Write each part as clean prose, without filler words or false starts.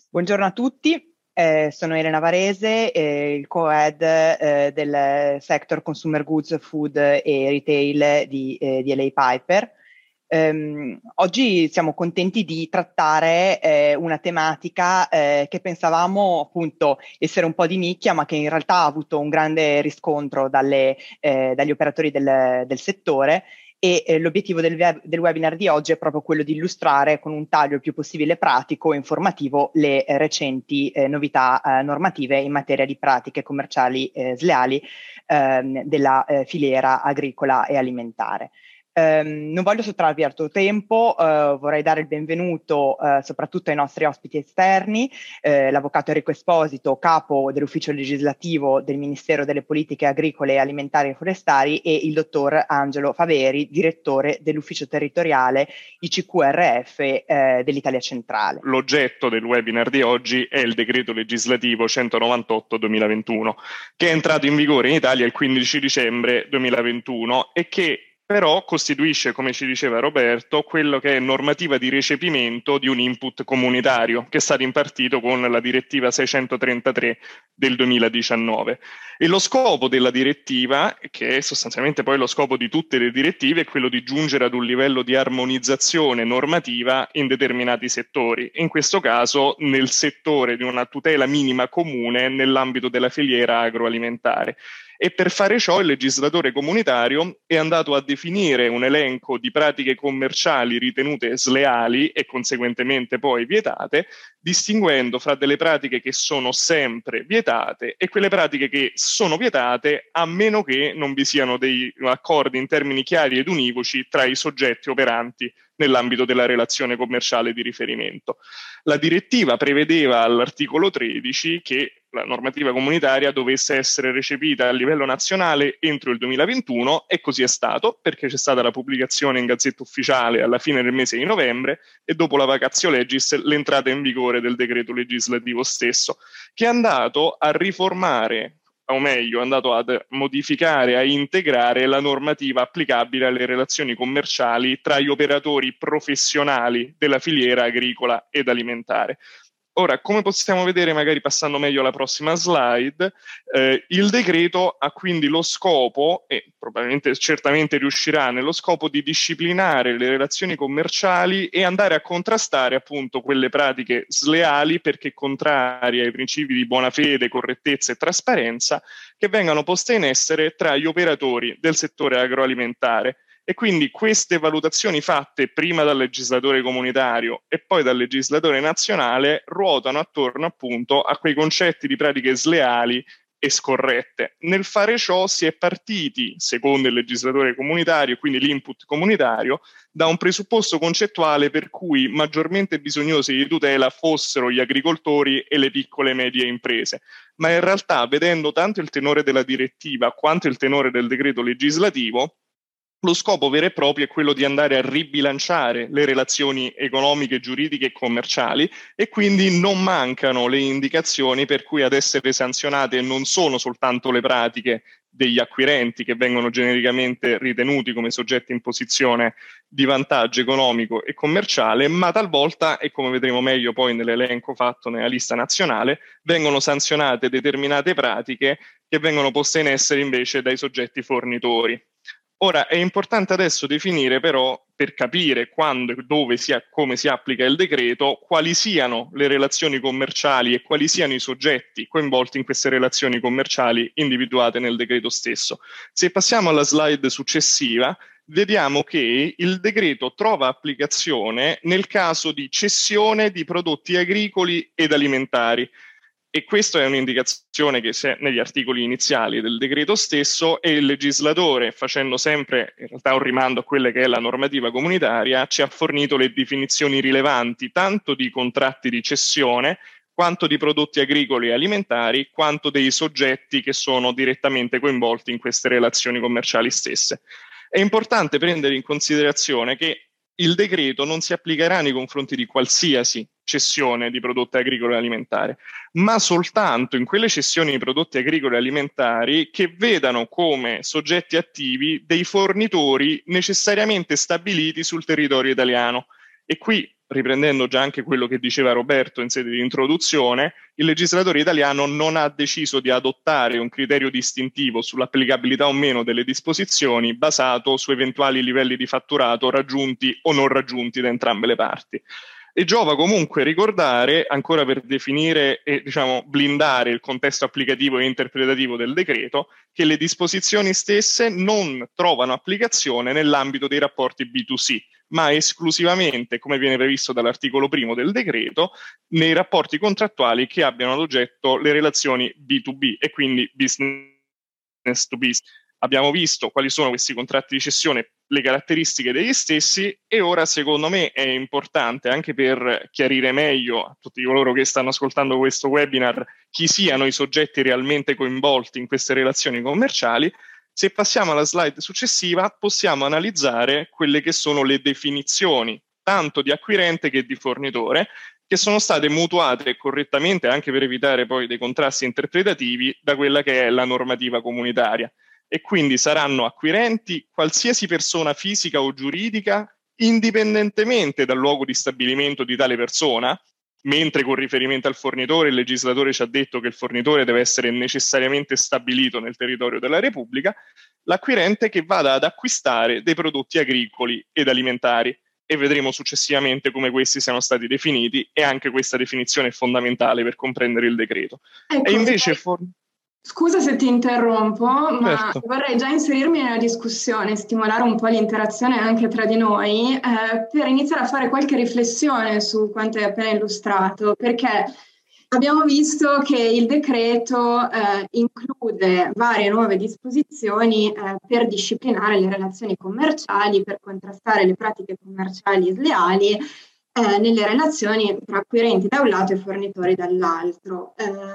Buongiorno a tutti, sono Elena Varese, il co-head del sector Consumer Goods, Food e Retail di LA Piper. Oggi siamo contenti di trattare una tematica che pensavamo appunto essere un po' di nicchia, ma che in realtà ha avuto un grande riscontro dagli operatori del settore. L'obiettivo del webinar di oggi è proprio quello di illustrare con un taglio il più possibile pratico e informativo le recenti novità normative in materia di pratiche commerciali sleali della filiera agricola e alimentare. Non voglio sottrarvi altro tempo, vorrei dare il benvenuto soprattutto ai nostri ospiti esterni, l'avvocato Enrico Esposito, capo dell'ufficio legislativo del Ministero delle Politiche Agricole, Alimentari e Forestali, e il dottor Angelo Faveri, direttore dell'ufficio territoriale ICQRF dell'Italia Centrale. L'oggetto del webinar di oggi è il decreto legislativo 198-2021, che è entrato in vigore in Italia il 15 dicembre 2021 e che però costituisce, come ci diceva Roberto, quello che è normativa di recepimento di un input comunitario che è stato impartito con la direttiva 633 del 2019. E lo scopo della direttiva, che è sostanzialmente poi lo scopo di tutte le direttive, è quello di giungere ad un livello di armonizzazione normativa in determinati settori. In questo caso nel settore di una tutela minima comune nell'ambito della filiera agroalimentare. E per fare ciò il legislatore comunitario è andato a definire un elenco di pratiche commerciali ritenute sleali e conseguentemente poi vietate, distinguendo fra delle pratiche che sono sempre vietate e quelle pratiche che sono vietate a meno che non vi siano dei accordi in termini chiari ed univoci tra i soggetti operanti nell'ambito della relazione commerciale di riferimento. La direttiva prevedeva all'articolo 13 che la normativa comunitaria dovesse essere recepita a livello nazionale entro il 2021 e così è stato, perché c'è stata la pubblicazione in Gazzetta Ufficiale alla fine del mese di novembre e dopo la vacatio legis l'entrata in vigore del decreto legislativo stesso, che è andato a riformare, o meglio, è andato a modificare, a integrare la normativa applicabile alle relazioni commerciali tra gli operatori professionali della filiera agricola ed alimentare. Ora, come possiamo vedere, magari passando meglio alla prossima slide, il decreto ha quindi lo scopo, e probabilmente certamente riuscirà nello scopo, di disciplinare le relazioni commerciali e andare a contrastare appunto quelle pratiche sleali perché contrarie ai principi di buona fede, correttezza e trasparenza che vengano poste in essere tra gli operatori del settore agroalimentare. E quindi queste valutazioni fatte prima dal legislatore comunitario e poi dal legislatore nazionale ruotano attorno appunto a quei concetti di pratiche sleali e scorrette. Nel fare ciò si è partiti, secondo il legislatore comunitario, quindi l'input comunitario, da un presupposto concettuale per cui maggiormente bisognosi di tutela fossero gli agricoltori e le piccole e medie imprese. Ma in realtà, vedendo tanto il tenore della direttiva quanto il tenore del decreto legislativo, lo scopo vero e proprio è quello di andare a ribilanciare le relazioni economiche, giuridiche e commerciali e quindi non mancano le indicazioni per cui ad essere sanzionate non sono soltanto le pratiche degli acquirenti che vengono genericamente ritenuti come soggetti in posizione di vantaggio economico e commerciale, ma talvolta, e come vedremo meglio poi nell'elenco fatto nella lista nazionale, vengono sanzionate determinate pratiche che vengono poste in essere invece dai soggetti fornitori. Ora è importante adesso definire però, per capire quando, dove, come si applica il decreto, quali siano le relazioni commerciali e quali siano i soggetti coinvolti in queste relazioni commerciali individuate nel decreto stesso. Se passiamo alla slide successiva, vediamo che il decreto trova applicazione nel caso di cessione di prodotti agricoli ed alimentari. E questa è un'indicazione che c'è negli articoli iniziali del decreto stesso e il legislatore, facendo sempre in realtà un rimando a quella che è la normativa comunitaria, ci ha fornito le definizioni rilevanti tanto di contratti di cessione quanto di prodotti agricoli e alimentari, quanto dei soggetti che sono direttamente coinvolti in queste relazioni commerciali stesse. È importante prendere in considerazione che il decreto non si applicherà nei confronti di qualsiasi cessione di prodotti agricoli e alimentari, ma soltanto in quelle cessioni di prodotti agricoli e alimentari che vedano come soggetti attivi dei fornitori necessariamente stabiliti sul territorio italiano. E qui riprendendo già anche quello che diceva Roberto in sede di introduzione, il legislatore italiano non ha deciso di adottare un criterio distintivo sull'applicabilità o meno delle disposizioni basato su eventuali livelli di fatturato raggiunti o non raggiunti da entrambe le parti. E giova comunque ricordare, ancora per definire e blindare il contesto applicativo e interpretativo del decreto, che le disposizioni stesse non trovano applicazione nell'ambito dei rapporti B2C, ma esclusivamente, come viene previsto dall'articolo 1 del decreto, nei rapporti contrattuali che abbiano ad oggetto le relazioni B2B e quindi business to business. Abbiamo visto quali sono questi contratti di cessione, le caratteristiche degli stessi, e ora secondo me è importante, anche per chiarire meglio a tutti coloro che stanno ascoltando questo webinar, chi siano i soggetti realmente coinvolti in queste relazioni commerciali. Se passiamo alla slide successiva, possiamo analizzare quelle che sono le definizioni, tanto di acquirente che di fornitore, che sono state mutuate correttamente, anche per evitare poi dei contrasti interpretativi, da quella che è la normativa comunitaria. E quindi saranno acquirenti qualsiasi persona fisica o giuridica, indipendentemente dal luogo di stabilimento di tale persona, mentre con riferimento al fornitore il legislatore ci ha detto che il fornitore deve essere necessariamente stabilito nel territorio della Repubblica, l'acquirente che vada ad acquistare dei prodotti agricoli ed alimentari. E vedremo successivamente come questi siano stati definiti, e anche questa definizione è fondamentale per comprendere il decreto. Ecco, e invece scusa se ti interrompo, ma certo. vorrei già inserirmi nella discussione, stimolare un po' l'interazione anche tra di noi, per iniziare a fare qualche riflessione su quanto hai appena illustrato, perché abbiamo visto che il decreto include varie nuove disposizioni per disciplinare le relazioni commerciali, per contrastare le pratiche commerciali sleali nelle relazioni tra acquirenti da un lato e fornitori dall'altro.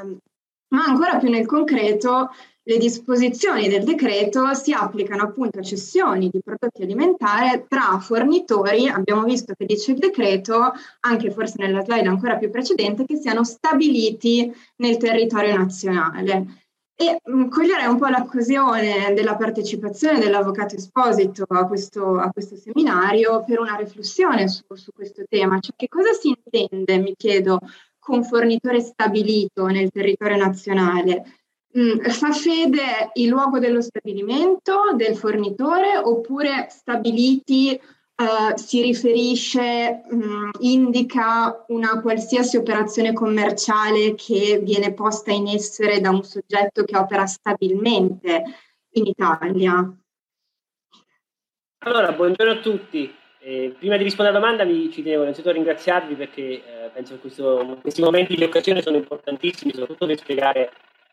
Ma ancora più nel concreto, le disposizioni del decreto si applicano appunto a cessioni di prodotti alimentari tra fornitori, abbiamo visto che dice il decreto, anche forse nella slide ancora più precedente, che siano stabiliti nel territorio nazionale. E cogliere un po' l'occasione della partecipazione dell'Avvocato Esposito a questo seminario per una riflessione su questo tema. Cioè, che cosa si intende, mi chiedo, con fornitore stabilito nel territorio nazionale? Fa fede il luogo dello stabilimento del fornitore, oppure stabiliti si riferisce, indica una qualsiasi operazione commerciale che viene posta in essere da un soggetto che opera stabilmente in Italia? Allora, buongiorno a tutti. Prima di rispondere alla domanda ci tenevo innanzitutto a ringraziarvi, perché penso che questi momenti di occasione sono importantissimi, soprattutto per spiegare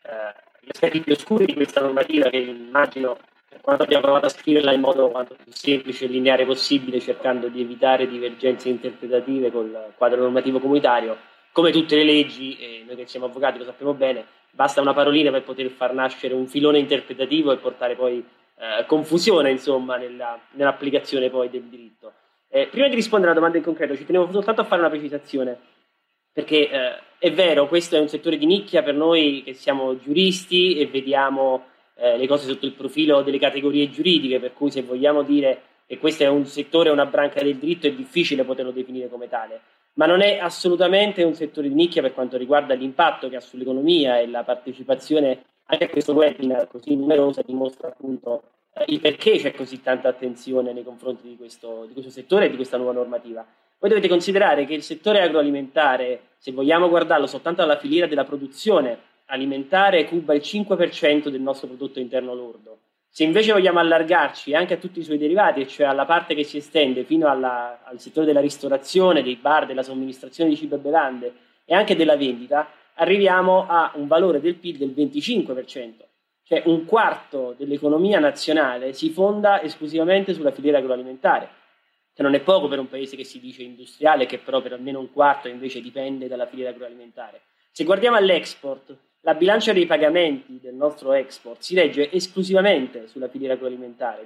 gli aspetti più oscuri di questa normativa, che immagino, per quanto abbiamo provato a scriverla in modo quanto più semplice e lineare possibile, cercando di evitare divergenze interpretative col quadro normativo comunitario. Come tutte le leggi, noi che siamo avvocati lo sappiamo bene, basta una parolina per poter far nascere un filone interpretativo e portare poi confusione, insomma, nell'applicazione poi del diritto. Prima di rispondere alla domanda in concreto, ci tenevo soltanto a fare una precisazione, perché è vero, questo è un settore di nicchia per noi che siamo giuristi e vediamo le cose sotto il profilo delle categorie giuridiche, per cui se vogliamo dire che questo è un settore, una branca del diritto, è difficile poterlo definire come tale, ma non è assolutamente un settore di nicchia per quanto riguarda l'impatto che ha sull'economia, e la partecipazione anche a questo webinar così numerosa dimostra appunto il perché c'è così tanta attenzione nei confronti di questo settore e di questa nuova normativa. Voi dovete considerare che il settore agroalimentare, se vogliamo guardarlo soltanto alla filiera della produzione alimentare, cuba il 5% del nostro prodotto interno lordo. Se invece vogliamo allargarci anche a tutti i suoi derivati, cioè alla parte che si estende fino al settore della ristorazione, dei bar, della somministrazione di cibo e bevande e anche della vendita, arriviamo a un valore del PIL del 25%. Cioè un quarto dell'economia nazionale si fonda esclusivamente sulla filiera agroalimentare, che non è poco per un paese che si dice industriale, che però per almeno un quarto invece dipende dalla filiera agroalimentare. Se guardiamo all'export, la bilancia dei pagamenti del nostro export si regge esclusivamente sulla filiera agroalimentare.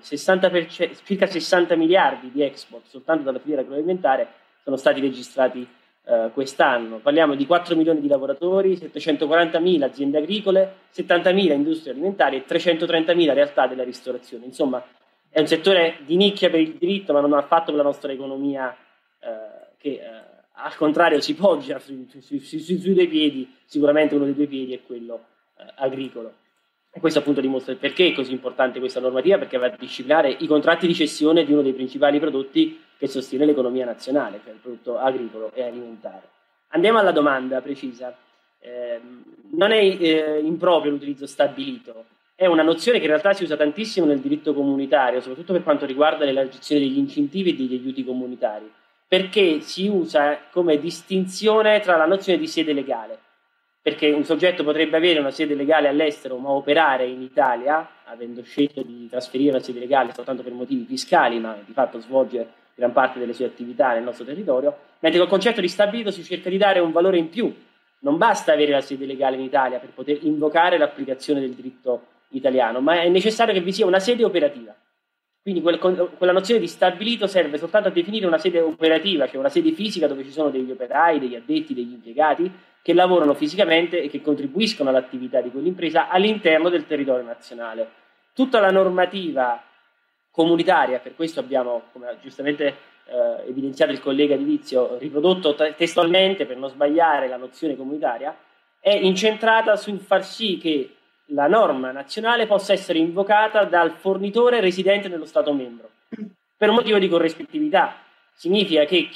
Circa 60 miliardi di export soltanto dalla filiera agroalimentare sono stati registrati quest'anno. Parliamo di 4 milioni di lavoratori, 740.000 aziende agricole, 70.000 industrie alimentari e 330.000 realtà della ristorazione. Insomma, è un settore di nicchia per il diritto, ma non affatto per la nostra economia che al contrario si poggia sui due piedi, sicuramente uno dei due piedi è quello agricolo. E questo appunto dimostra il perché è così importante questa normativa, perché va a disciplinare i contratti di cessione di uno dei principali prodotti che sostiene l'economia nazionale, cioè il prodotto agricolo e alimentare. Andiamo alla domanda precisa. Non è improprio l'utilizzo stabilito, è una nozione che in realtà si usa tantissimo nel diritto comunitario, soprattutto per quanto riguarda l'elargizione degli incentivi e degli aiuti comunitari, perché si usa come distinzione tra la nozione di sede legale, perché un soggetto potrebbe avere una sede legale all'estero ma operare in Italia, avendo scelto di trasferire una sede legale soltanto per motivi fiscali, ma di fatto svolge gran parte delle sue attività nel nostro territorio, mentre col concetto di stabilito si cerca di dare un valore in più. Non basta avere la sede legale in Italia per poter invocare l'applicazione del diritto italiano, ma è necessario che vi sia una sede operativa. Quindi quella nozione di stabilito serve soltanto a definire una sede operativa, cioè una sede fisica dove ci sono degli operai, degli addetti, degli impiegati che lavorano fisicamente e che contribuiscono all'attività di quell'impresa all'interno del territorio nazionale. Tutta la normativa comunitaria, per questo abbiamo, come ha giustamente evidenziato il collega Di Vizio, riprodotto testualmente per non sbagliare la nozione comunitaria, è incentrata sul far sì che la norma nazionale possa essere invocata dal fornitore residente nello Stato membro per un motivo di corrispettività. Significa che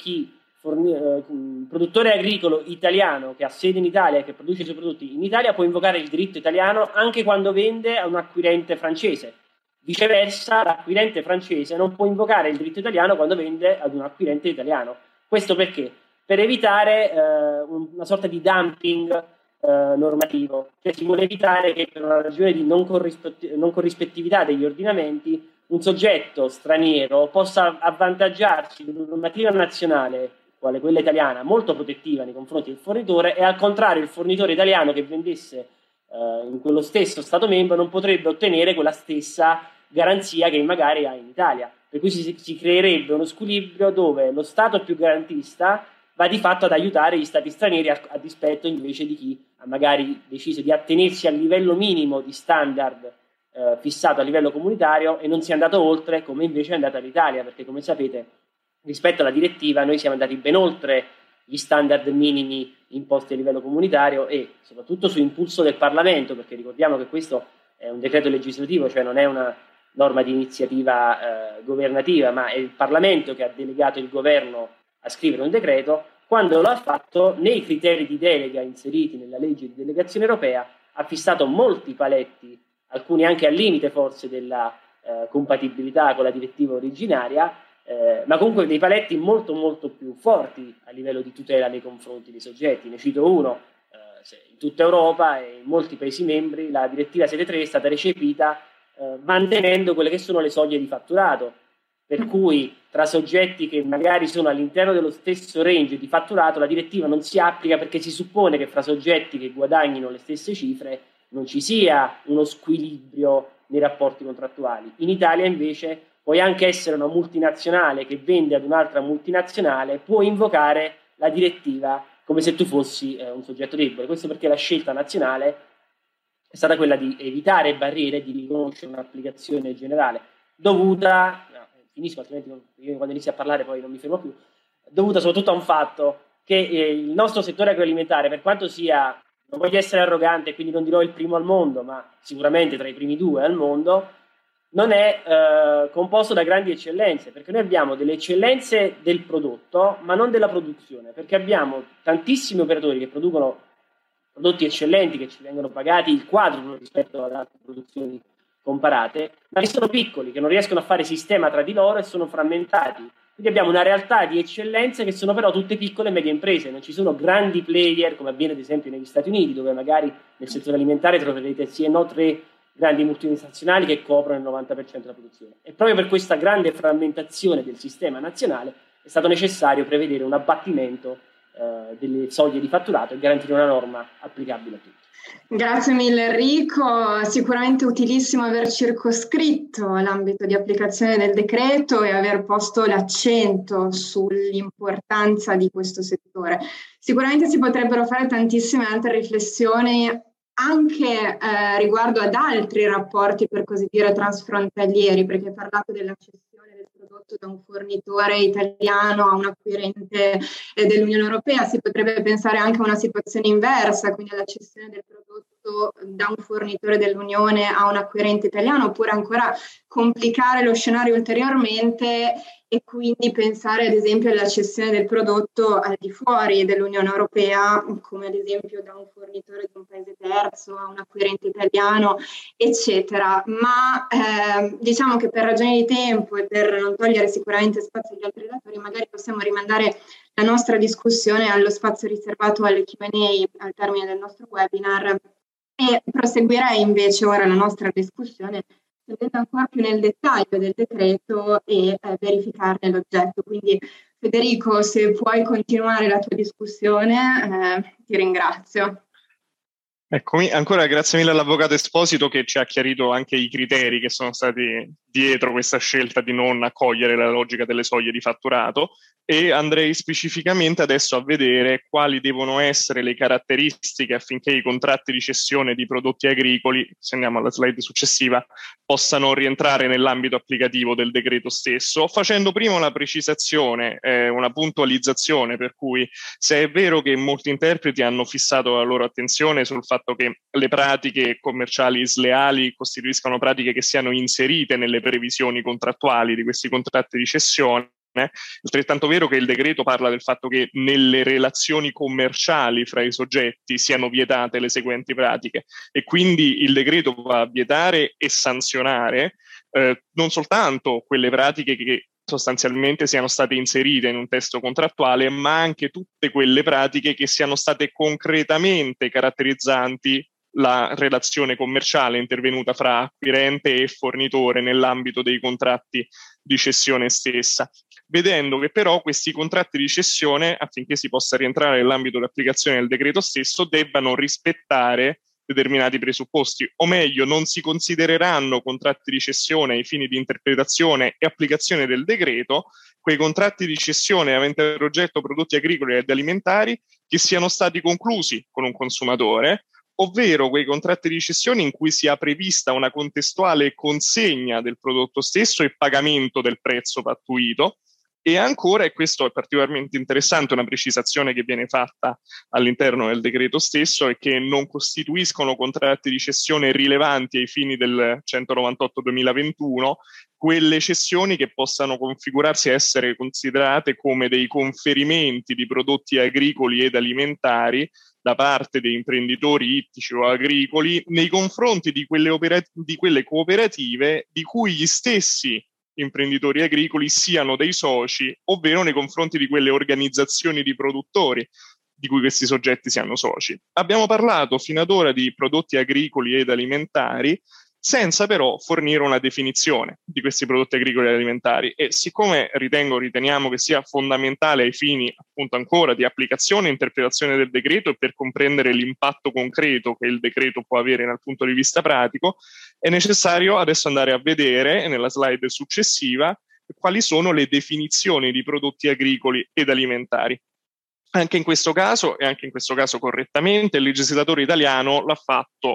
produttore agricolo italiano che ha sede in Italia e che produce i suoi prodotti in Italia può invocare il diritto italiano anche quando vende a un acquirente francese. Viceversa, l'acquirente francese non può invocare il diritto italiano quando vende ad un acquirente italiano. Questo perché? Per evitare una sorta di dumping normativo, cioè si vuole evitare che per una ragione di non corrispettività degli ordinamenti un soggetto straniero possa avvantaggiarsi di una normativa nazionale, quale quella italiana, molto protettiva nei confronti del fornitore, e al contrario il fornitore italiano che vendesse in quello stesso Stato membro non potrebbe ottenere quella stessa garanzia che magari ha in Italia. Per cui si creerebbe uno squilibrio dove lo Stato più garantista va di fatto ad aiutare gli Stati stranieri a dispetto invece di chi ha magari deciso di attenersi al livello minimo di standard fissato a livello comunitario e non si è andato oltre, come invece è andata l'Italia, perché come sapete rispetto alla direttiva noi siamo andati ben oltre gli standard minimi imposti a livello comunitario e soprattutto su impulso del Parlamento, perché ricordiamo che questo è un decreto legislativo, cioè non è una norma di iniziativa governativa, ma è il Parlamento che ha delegato il governo a scrivere un decreto. Quando lo ha fatto, nei criteri di delega inseriti nella legge di delegazione europea, ha fissato molti paletti, alcuni anche al limite forse della compatibilità con la direttiva originaria, ma comunque dei paletti molto molto più forti a livello di tutela nei confronti dei soggetti. Ne cito uno: in tutta Europa e in molti Paesi membri la direttiva 7.3 è stata recepita mantenendo quelle che sono le soglie di fatturato, per cui tra soggetti che magari sono all'interno dello stesso range di fatturato la direttiva non si applica, perché si suppone che fra soggetti che guadagnino le stesse cifre non ci sia uno squilibrio nei rapporti contrattuali. In Italia invece puoi anche essere una multinazionale che vende ad un'altra multinazionale, puoi invocare la direttiva come se tu fossi un soggetto debole. Questo perché la scelta nazionale è stata quella di evitare barriere e di riconoscere un'applicazione generale dovuta, finisco altrimenti io quando inizio a parlare poi non mi fermo più, dovuta soprattutto a un fatto che il nostro settore agroalimentare, per quanto sia, non voglio essere arrogante quindi non dirò il primo al mondo, ma sicuramente tra i primi 2 al mondo, non è composto da grandi eccellenze, perché noi abbiamo delle eccellenze del prodotto ma non della produzione, perché abbiamo tantissimi operatori che producono prodotti eccellenti che ci vengono pagati il quadruplo rispetto ad altre produzioni comparate, ma che sono piccoli, che non riescono a fare sistema tra di loro e sono frammentati. Quindi abbiamo una realtà di eccellenze che sono però tutte piccole e medie imprese, non ci sono grandi player come avviene ad esempio negli Stati Uniti, dove magari nel settore alimentare troverete sì e no 3 grandi multinazionali che coprono il 90% della produzione. E proprio per questa grande frammentazione del sistema nazionale è stato necessario prevedere un abbattimento delle soglie di fatturato e garantire una norma applicabile a tutti. Grazie mille Enrico, sicuramente utilissimo aver circoscritto l'ambito di applicazione del decreto e aver posto l'accento sull'importanza di questo settore. Sicuramente si potrebbero fare tantissime altre riflessioni anche riguardo ad altri rapporti, per così dire, transfrontalieri, perché hai parlato della cessione del prodotto prodotto da un fornitore italiano a un acquirente dell'Unione Europea. Si potrebbe pensare anche a una situazione inversa, quindi alla cessione del prodotto da un fornitore dell'Unione a un acquirente italiano, oppure ancora complicare lo scenario ulteriormente e quindi pensare ad esempio alla cessione del prodotto al di fuori dell'Unione Europea, come ad esempio da un fornitore di un paese terzo a un acquirente italiano, eccetera. Ma diciamo che per ragioni di tempo e per non togliere sicuramente spazio agli altri relatori, magari possiamo rimandare la nostra discussione allo spazio riservato alle Q&A al termine del nostro webinar, e proseguirei invece ora la nostra discussione scendendo ancora più nel dettaglio del decreto e verificarne l'oggetto. Quindi Federico, se puoi continuare la tua discussione, ti ringrazio. Eccomi, ancora grazie mille all'avvocato Esposito che ci ha chiarito anche i criteri che sono stati dietro questa scelta di non accogliere la logica delle soglie di fatturato, e andrei specificamente adesso a vedere quali devono essere le caratteristiche affinché i contratti di cessione di prodotti agricoli, se andiamo alla slide successiva, possano rientrare nell'ambito applicativo del decreto stesso, facendo prima una precisazione, una puntualizzazione, per cui se è vero che molti interpreti hanno fissato la loro attenzione sul fatto che le pratiche commerciali sleali costituiscono pratiche che siano inserite nelle previsioni contrattuali di questi contratti di cessione, è altrettanto vero che il decreto parla del fatto che nelle relazioni commerciali fra i soggetti siano vietate le seguenti pratiche, e quindi il decreto va a vietare e sanzionare non soltanto quelle pratiche che sostanzialmente siano state inserite in un testo contrattuale, ma anche tutte quelle pratiche che siano state concretamente caratterizzanti la relazione commerciale intervenuta fra acquirente e fornitore nell'ambito dei contratti di cessione stessa, vedendo che però questi contratti di cessione, affinché si possa rientrare nell'ambito di applicazione del decreto stesso, debbano rispettare determinati presupposti, o meglio, non si considereranno contratti di cessione ai fini di interpretazione e applicazione del decreto quei contratti di cessione aventi ad oggetto prodotti agricoli ed alimentari che siano stati conclusi con un consumatore, ovvero quei contratti di cessione in cui sia prevista una contestuale consegna del prodotto stesso e pagamento del prezzo pattuito. E ancora, e questo è particolarmente interessante, una precisazione che viene fatta all'interno del decreto stesso, è che non costituiscono contratti di cessione rilevanti ai fini del 198/2021 quelle cessioni che possano configurarsi a essere considerate come dei conferimenti di prodotti agricoli ed alimentari da parte dei imprenditori ittici o agricoli nei confronti di quelle cooperative di cui gli stessi imprenditori agricoli siano dei soci, ovvero nei confronti di quelle organizzazioni di produttori di cui questi soggetti siano soci. Abbiamo parlato fino ad ora di prodotti agricoli ed alimentari, senza però fornire una definizione di questi prodotti agricoli e alimentari, e siccome riteniamo che sia fondamentale ai fini appunto ancora di applicazione e interpretazione del decreto e per comprendere l'impatto concreto che il decreto può avere dal punto di vista pratico, è necessario adesso andare a vedere nella slide successiva quali sono le definizioni di prodotti agricoli ed alimentari. Anche in questo caso, e anche in questo caso correttamente, il legislatore italiano l'ha fatto,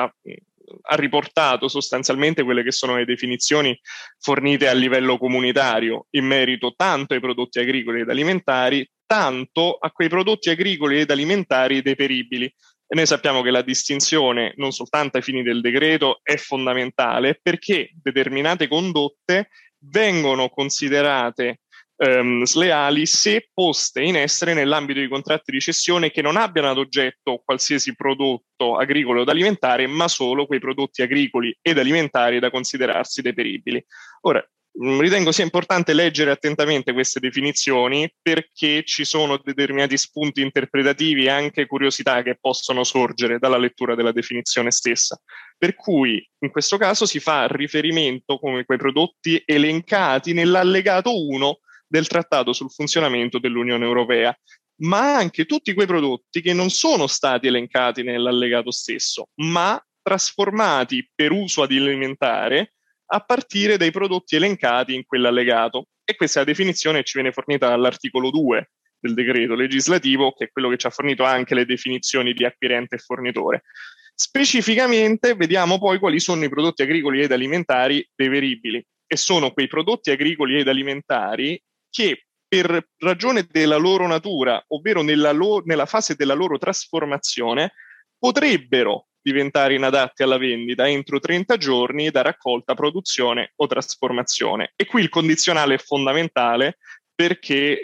ha riportato sostanzialmente quelle che sono le definizioni fornite a livello comunitario in merito tanto ai prodotti agricoli ed alimentari, tanto a quei prodotti agricoli ed alimentari deperibili. E noi sappiamo che la distinzione, non soltanto ai fini del decreto, è fondamentale perché determinate condotte vengono considerate sleali se poste in essere nell'ambito di contratti di cessione che non abbiano ad oggetto qualsiasi prodotto agricolo ed alimentare, ma solo quei prodotti agricoli ed alimentari da considerarsi deperibili. Ora, ritengo sia importante leggere attentamente queste definizioni perché ci sono determinati spunti interpretativi e anche curiosità che possono sorgere dalla lettura della definizione stessa. Per cui in questo caso si fa riferimento come quei prodotti elencati nell'allegato 1 del Trattato sul funzionamento dell'Unione Europea, ma anche tutti quei prodotti che non sono stati elencati nell'allegato stesso, ma trasformati per uso alimentare a partire dai prodotti elencati in quell'allegato. E questa è la definizione che ci viene fornita dall'articolo 2 del decreto legislativo, che è quello che ci ha fornito anche le definizioni di acquirente e fornitore. Specificamente vediamo poi quali sono i prodotti agricoli ed alimentari deperibili. e sono quei prodotti agricoli ed alimentari che per ragione della loro natura, ovvero nella fase della loro trasformazione, potrebbero diventare inadatti alla vendita entro 30 giorni da raccolta, produzione o trasformazione. E qui il condizionale è fondamentale, perché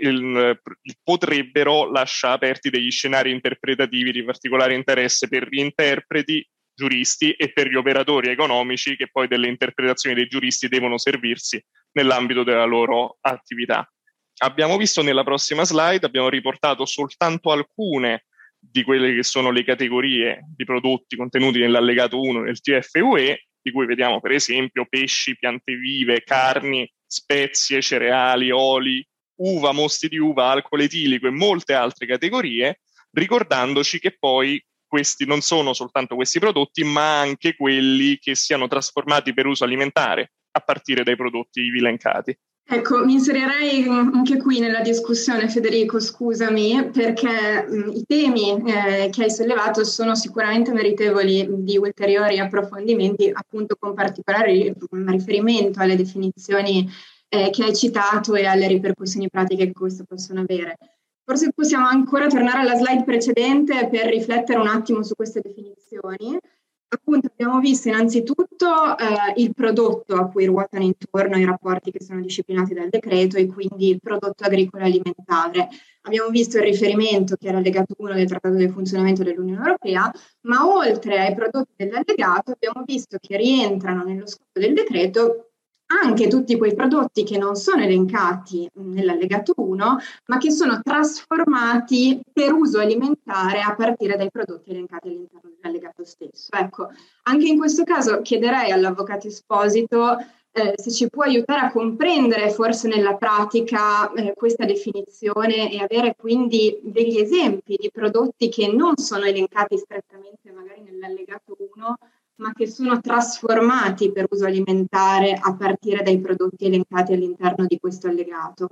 potrebbero lasciare aperti degli scenari interpretativi di particolare interesse per gli interpreti, giuristi e per gli operatori economici che poi delle interpretazioni dei giuristi devono servirsi nell'ambito della loro attività. Abbiamo visto nella prossima slide, abbiamo riportato soltanto alcune di quelle che sono le categorie di prodotti contenuti nell'allegato 1 del TFUE, di cui vediamo per esempio pesci, piante vive, carni, spezie, cereali, oli, uva, mosti di uva, alcol etilico e molte altre categorie, ricordandoci che poi questi non sono soltanto questi prodotti, ma anche quelli che siano trasformati per uso alimentare, a partire dai prodotti ivi elencati. Ecco, mi inserirei anche qui nella discussione, Federico, scusami, perché i temi che hai sollevato sono sicuramente meritevoli di ulteriori approfondimenti, appunto con particolare riferimento alle definizioni che hai citato e alle ripercussioni pratiche che questo possono avere. Forse possiamo ancora tornare alla slide precedente per riflettere un attimo su queste definizioni. Appunto abbiamo visto innanzitutto il prodotto a cui ruotano intorno i rapporti che sono disciplinati dal decreto e quindi il prodotto agricolo alimentare. Abbiamo visto il riferimento che era allegato 1 del Trattato del funzionamento dell'Unione Europea, ma oltre ai prodotti dell'allegato abbiamo visto che rientrano nello scopo del decreto anche tutti quei prodotti che non sono elencati nell'allegato 1, ma che sono trasformati per uso alimentare a partire dai prodotti elencati all'interno dell'allegato stesso. Ecco, anche in questo caso chiederei all'Avvocato Esposito se ci può aiutare a comprendere forse nella pratica questa definizione e avere quindi degli esempi di prodotti che non sono elencati strettamente magari nell'allegato 1, ma che sono trasformati per uso alimentare a partire dai prodotti elencati all'interno di questo allegato.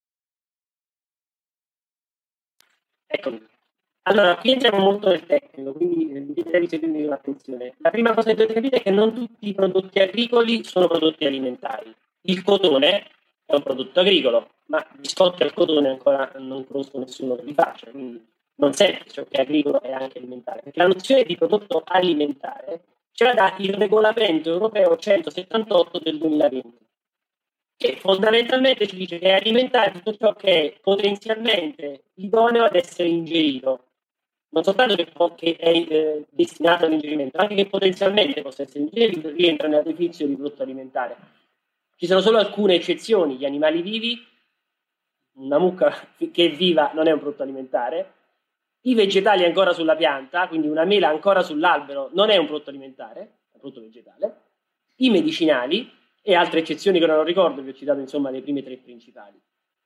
Ecco, allora qui entriamo molto nel tecnico, quindi vi chiederei di seguirmi con attenzione. La prima cosa che dovete capire è che non tutti i prodotti agricoli sono prodotti alimentari. Il cotone è un prodotto agricolo, ma biscotti al cotone ancora non conosco nessuno che li faccia, quindi non sempre ciò che è agricolo è anche alimentare, perché la nozione di prodotto alimentare ce la dà il regolamento europeo 178 del 2020, che fondamentalmente ci dice che è alimentare tutto ciò che è potenzialmente idoneo ad essere ingerito, non soltanto che è destinato all'ingerimento, anche che potenzialmente possa essere ingerito, rientra nella definizione di prodotto alimentare. Ci sono solo alcune eccezioni: gli animali vivi, una mucca che è viva non è un prodotto alimentare, i vegetali ancora sulla pianta, quindi una mela ancora sull'albero non è un prodotto alimentare, è un prodotto vegetale, i medicinali e altre eccezioni che non ricordo, vi ho citato insomma le prime 3 principali.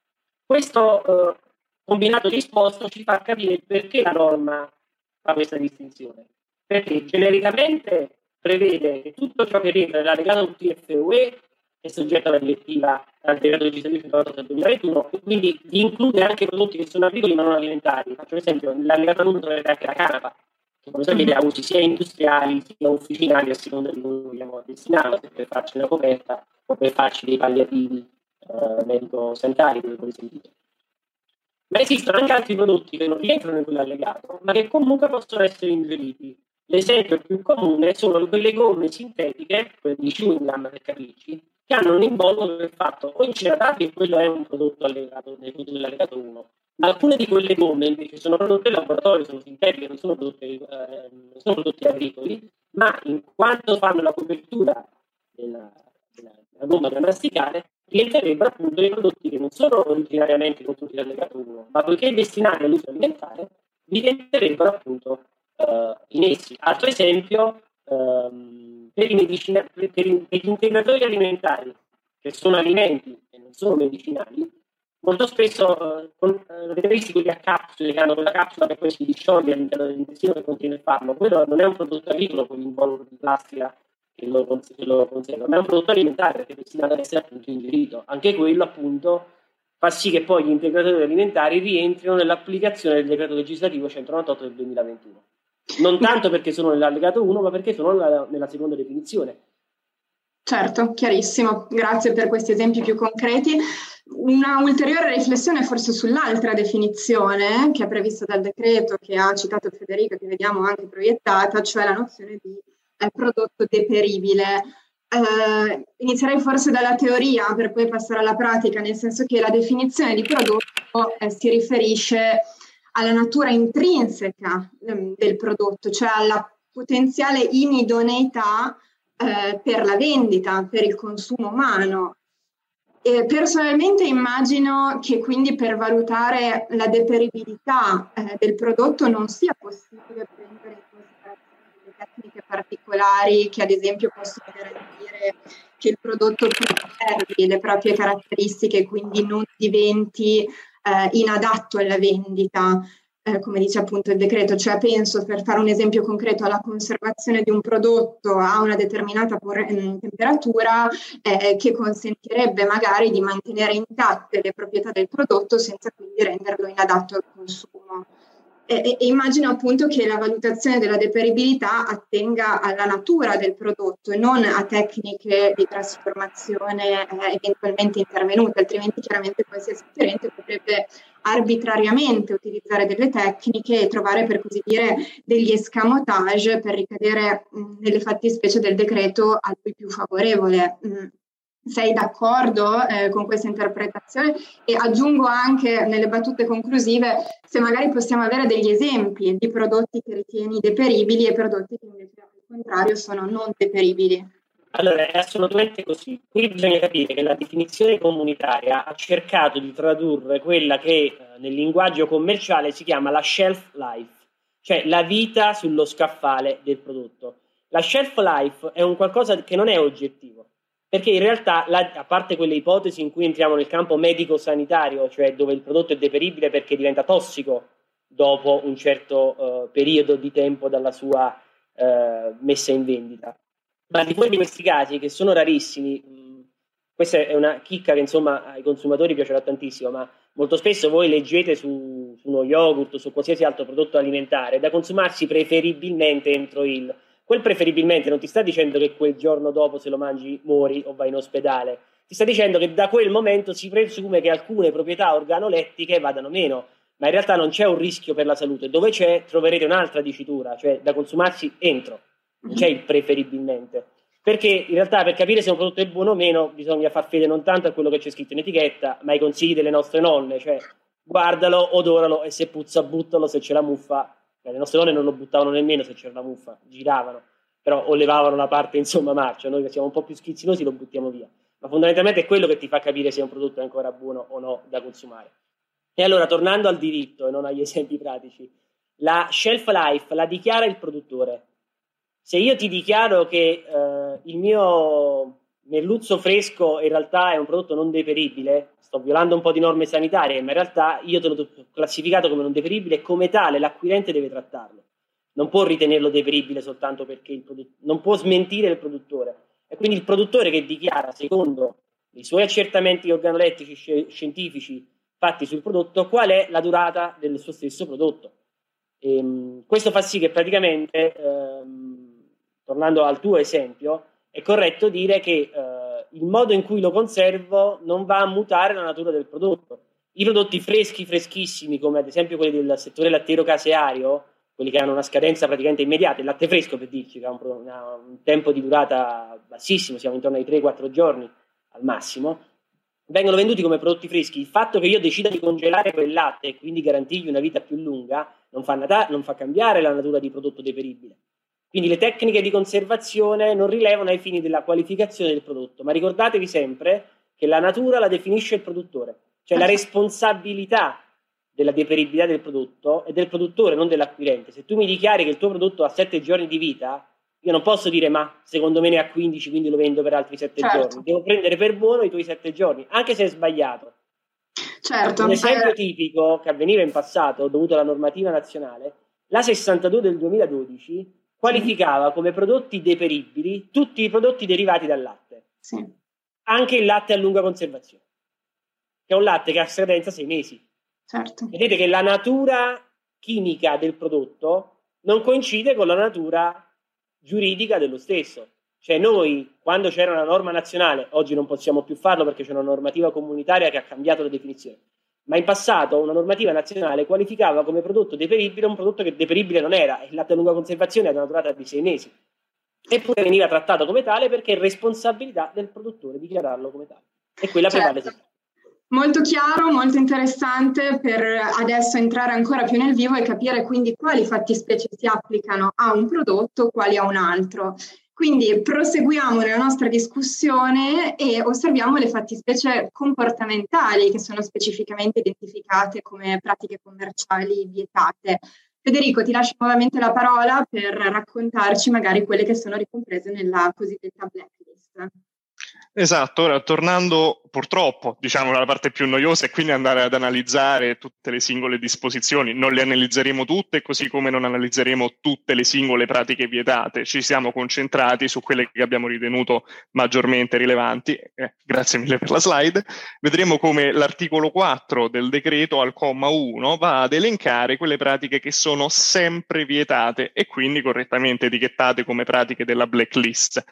Questo combinato disposto ci fa capire perché la norma fa questa distinzione, perché genericamente prevede che tutto ciò che rientra nell'allegato TFUE è soggetto alla direttiva al decreto legislativo 188 del 2021 e quindi include anche prodotti che sono agricoli ma non alimentari. Faccio esempio, l'allegato 1 troverete anche la canapa, che come sapete ha usi sia industriali sia officinali a seconda di come vogliamo destinarlo, per farci una coperta o per farci dei palliativi medico-sanitari, come voi sentite. Ma esistono anche altri prodotti che non rientrano in quell'allegato, ma che comunque possono essere ingeriti. L'esempio più comune sono quelle gomme sintetiche, quelle di chewing gum per capirci, che hanno un involucro che è fatto o inceratati, e quello è un prodotto allegato dell'allegato 1. Ma alcune di quelle gomme invece sono prodotte in laboratorio, sono sintetiche, non sono prodotti agricoli, ma in quanto fanno la copertura della gomma da masticare, rientrerebbero appunto dei prodotti che non sono originariamente contenuti dall'allegato 1, ma poiché destinati all'uso alimentare, rientrerebbero appunto in essi. Altro esempio, per gli integratori alimentari, che sono alimenti e non sono medicinali, molto spesso avete visto quelli a capsule che hanno quella capsula che poi si discioglie all'interno dell'intestino che contiene il farmaco. Quello non è un prodotto agricolo con l'involucro di plastica che lo conserva, ma è un prodotto alimentare perché è destinato ad essere appunto ingerito. Anche quello appunto fa sì che poi gli integratori alimentari rientrino nell'applicazione del decreto legislativo 198 del 2021. Non tanto perché sono nell'allegato 1, ma perché sono nella seconda definizione. Certo, chiarissimo. Grazie per questi esempi più concreti. Una ulteriore riflessione forse sull'altra definizione che è prevista dal decreto che ha citato Federica, che vediamo anche proiettata, cioè la nozione di prodotto deperibile. Inizierei forse dalla teoria per poi passare alla pratica, nel senso che la definizione di prodotto si riferisce alla natura intrinseca del prodotto, cioè alla potenziale inidoneità per la vendita, per il consumo umano. Personalmente immagino che quindi per valutare la deperibilità del prodotto non sia possibile prendere in considerazione delle tecniche particolari che ad esempio possono garantire che il prodotto preservi le proprie caratteristiche e quindi non diventi inadatto alla vendita. Come dice appunto il decreto, cioè penso, per fare un esempio concreto, alla conservazione di un prodotto a una determinata temperatura che consentirebbe magari di mantenere intatte le proprietà del prodotto senza quindi renderlo inadatto al consumo. E immagino appunto che la valutazione della deperibilità attenga alla natura del prodotto e non a tecniche di trasformazione eventualmente intervenute, altrimenti chiaramente qualsiasi acquirente potrebbe arbitrariamente utilizzare delle tecniche e trovare, per così dire, degli escamotage per ricadere nelle fattispecie del decreto a lui più favorevole. Sei d'accordo con questa interpretazione? E aggiungo anche nelle battute conclusive se magari possiamo avere degli esempi di prodotti che ritieni deperibili e prodotti che invece al contrario sono non deperibili. Allora, è assolutamente così. Qui bisogna capire che la definizione comunitaria ha cercato di tradurre quella che nel linguaggio commerciale si chiama la shelf life, cioè la vita sullo scaffale del prodotto. La shelf life è un qualcosa che non è oggettivo, perché in realtà, a parte quelle ipotesi in cui entriamo nel campo medico-sanitario, cioè dove il prodotto è deperibile perché diventa tossico dopo un certo periodo di tempo dalla sua messa in vendita. Ma di fuori di questi casi, che sono rarissimi, questa è una chicca che insomma ai consumatori piacerà tantissimo, ma molto spesso voi leggete su uno yogurt o su qualsiasi altro prodotto alimentare da consumarsi preferibilmente entro il... Quel preferibilmente non ti sta dicendo che quel giorno dopo se lo mangi muori o vai in ospedale, ti sta dicendo che da quel momento si presume che alcune proprietà organolettiche vadano meno, ma in realtà non c'è un rischio per la salute. Dove c'è troverete un'altra dicitura, cioè da consumarsi entro, non c'è il preferibilmente. Perché in realtà per capire se un prodotto è buono o meno bisogna far fede non tanto a quello che c'è scritto in etichetta, ma ai consigli delle nostre nonne, cioè guardalo, odoralo e se puzza buttalo, se c'è la muffa. Le nostre donne non lo buttavano nemmeno se c'era la muffa, giravano, però o levavano la parte insomma marcia, noi che siamo un po' più schizzinosi lo buttiamo via, ma fondamentalmente è quello che ti fa capire se un prodotto è ancora buono o no da consumare. E allora, tornando al diritto e non agli esempi pratici, la shelf life la dichiara il produttore. Se io ti dichiaro che il mio merluzzo fresco in realtà è un prodotto non deperibile, sto violando un po' di norme sanitarie, ma in realtà io te l'ho classificato come non deperibile e come tale l'acquirente deve trattarlo. Non può ritenerlo deperibile soltanto perché il non può smentire il produttore. E quindi il produttore che dichiara, secondo i suoi accertamenti organolettici scientifici fatti sul prodotto, qual è la durata del suo stesso prodotto. Questo fa sì che praticamente, tornando al tuo esempio, è corretto dire che il modo in cui lo conservo non va a mutare la natura del prodotto. I prodotti freschi, freschissimi, come ad esempio quelli del settore lattiero-caseario, quelli che hanno una scadenza praticamente immediata, il latte fresco per dirci che ha un tempo di durata bassissimo, siamo intorno ai 3-4 giorni al massimo, vengono venduti come prodotti freschi. Il fatto che io decida di congelare quel latte e quindi garantirgli una vita più lunga non fa cambiare la natura di prodotto deperibile. Quindi le tecniche di conservazione non rilevano ai fini della qualificazione del prodotto, ma ricordatevi sempre che la natura la definisce il produttore, cioè la responsabilità della deperibilità del prodotto è del produttore, non dell'acquirente. Se tu mi dichiari che il tuo prodotto ha 7 giorni di vita, io non posso dire ma secondo me ne ha 15, quindi lo vendo per altri 7 giorni. Devo prendere per buono i tuoi 7 giorni, anche se è sbagliato. Certo. Un esempio tipico che avveniva in passato, dovuto alla normativa nazionale, la 62 del 2012 qualificava come prodotti deperibili tutti i prodotti derivati dal latte. Sì. Anche il latte a lunga conservazione, che è un latte che ha scadenza 6 mesi. Certo. Vedete che la natura chimica del prodotto non coincide con la natura giuridica dello stesso. Cioè noi, quando c'era una norma nazionale, oggi non possiamo più farlo perché c'è una normativa comunitaria che ha cambiato le definizioni, ma in passato una normativa nazionale qualificava come prodotto deperibile un prodotto che deperibile non era, e il latte a lunga conservazione ha una durata di 6 mesi. Eppure veniva trattato come tale perché è responsabilità del produttore dichiararlo come tale. E quella prevale sempre. Molto chiaro, molto interessante per adesso entrare ancora più nel vivo e capire quindi quali fattispecie si applicano a un prodotto, quali a un altro. Quindi proseguiamo nella nostra discussione e osserviamo le fattispecie comportamentali che sono specificamente identificate come pratiche commerciali vietate. Federico, ti lascio nuovamente la parola per raccontarci magari quelle che sono ricomprese nella cosiddetta blacklist. Esatto, ora tornando purtroppo, diciamo, alla parte più noiosa e quindi andare ad analizzare tutte le singole disposizioni, non le analizzeremo tutte, così come non analizzeremo tutte le singole pratiche vietate, ci siamo concentrati su quelle che abbiamo ritenuto maggiormente rilevanti, grazie mille per la slide. Vedremo come l'articolo 4 del decreto al comma 1 va ad elencare quelle pratiche che sono sempre vietate e quindi correttamente etichettate come pratiche della blacklist.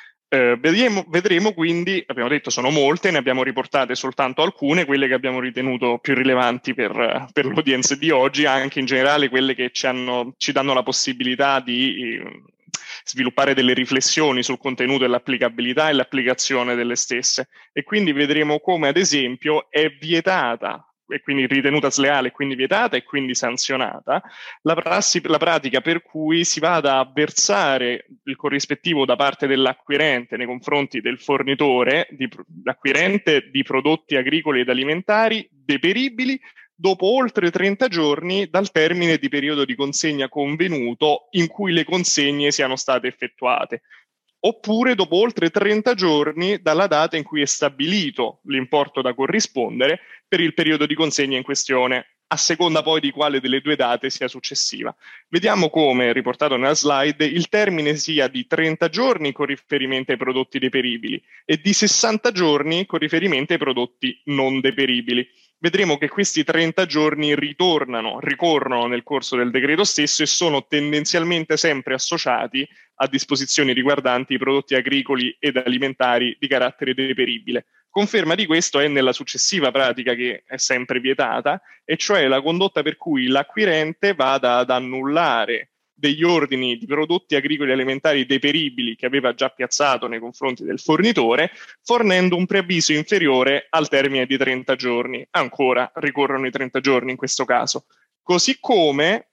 Vedremo quindi, abbiamo detto sono molte, ne abbiamo riportate soltanto alcune, quelle che abbiamo ritenuto più rilevanti per l'audience di oggi, anche in generale quelle che ci danno la possibilità di sviluppare delle riflessioni sul contenuto e l'applicabilità e l'applicazione delle stesse. E quindi vedremo come ad esempio è vietata e quindi ritenuta sleale, quindi vietata e quindi sanzionata, la pratica per cui si vada a versare il corrispettivo da parte dell'acquirente nei confronti del fornitore, l'acquirente di prodotti agricoli ed alimentari deperibili dopo oltre 30 giorni dal termine di periodo di consegna convenuto in cui le consegne siano state effettuate, oppure dopo oltre 30 giorni dalla data in cui è stabilito l'importo da corrispondere per il periodo di consegna in questione, a seconda poi di quale delle due date sia successiva. Vediamo come, riportato nella slide, il termine sia di 30 giorni con riferimento ai prodotti deperibili e di 60 giorni con riferimento ai prodotti non deperibili. Vedremo che questi 30 giorni ricorrono nel corso del decreto stesso e sono tendenzialmente sempre associati a disposizioni riguardanti i prodotti agricoli ed alimentari di carattere deperibile. Conferma di questo è nella successiva pratica che è sempre vietata, e cioè la condotta per cui l'acquirente vada ad annullare degli ordini di prodotti agricoli e alimentari deperibili che aveva già piazzato nei confronti del fornitore, fornendo un preavviso inferiore al termine di 30 giorni. Ancora ricorrono i 30 giorni in questo caso. Così come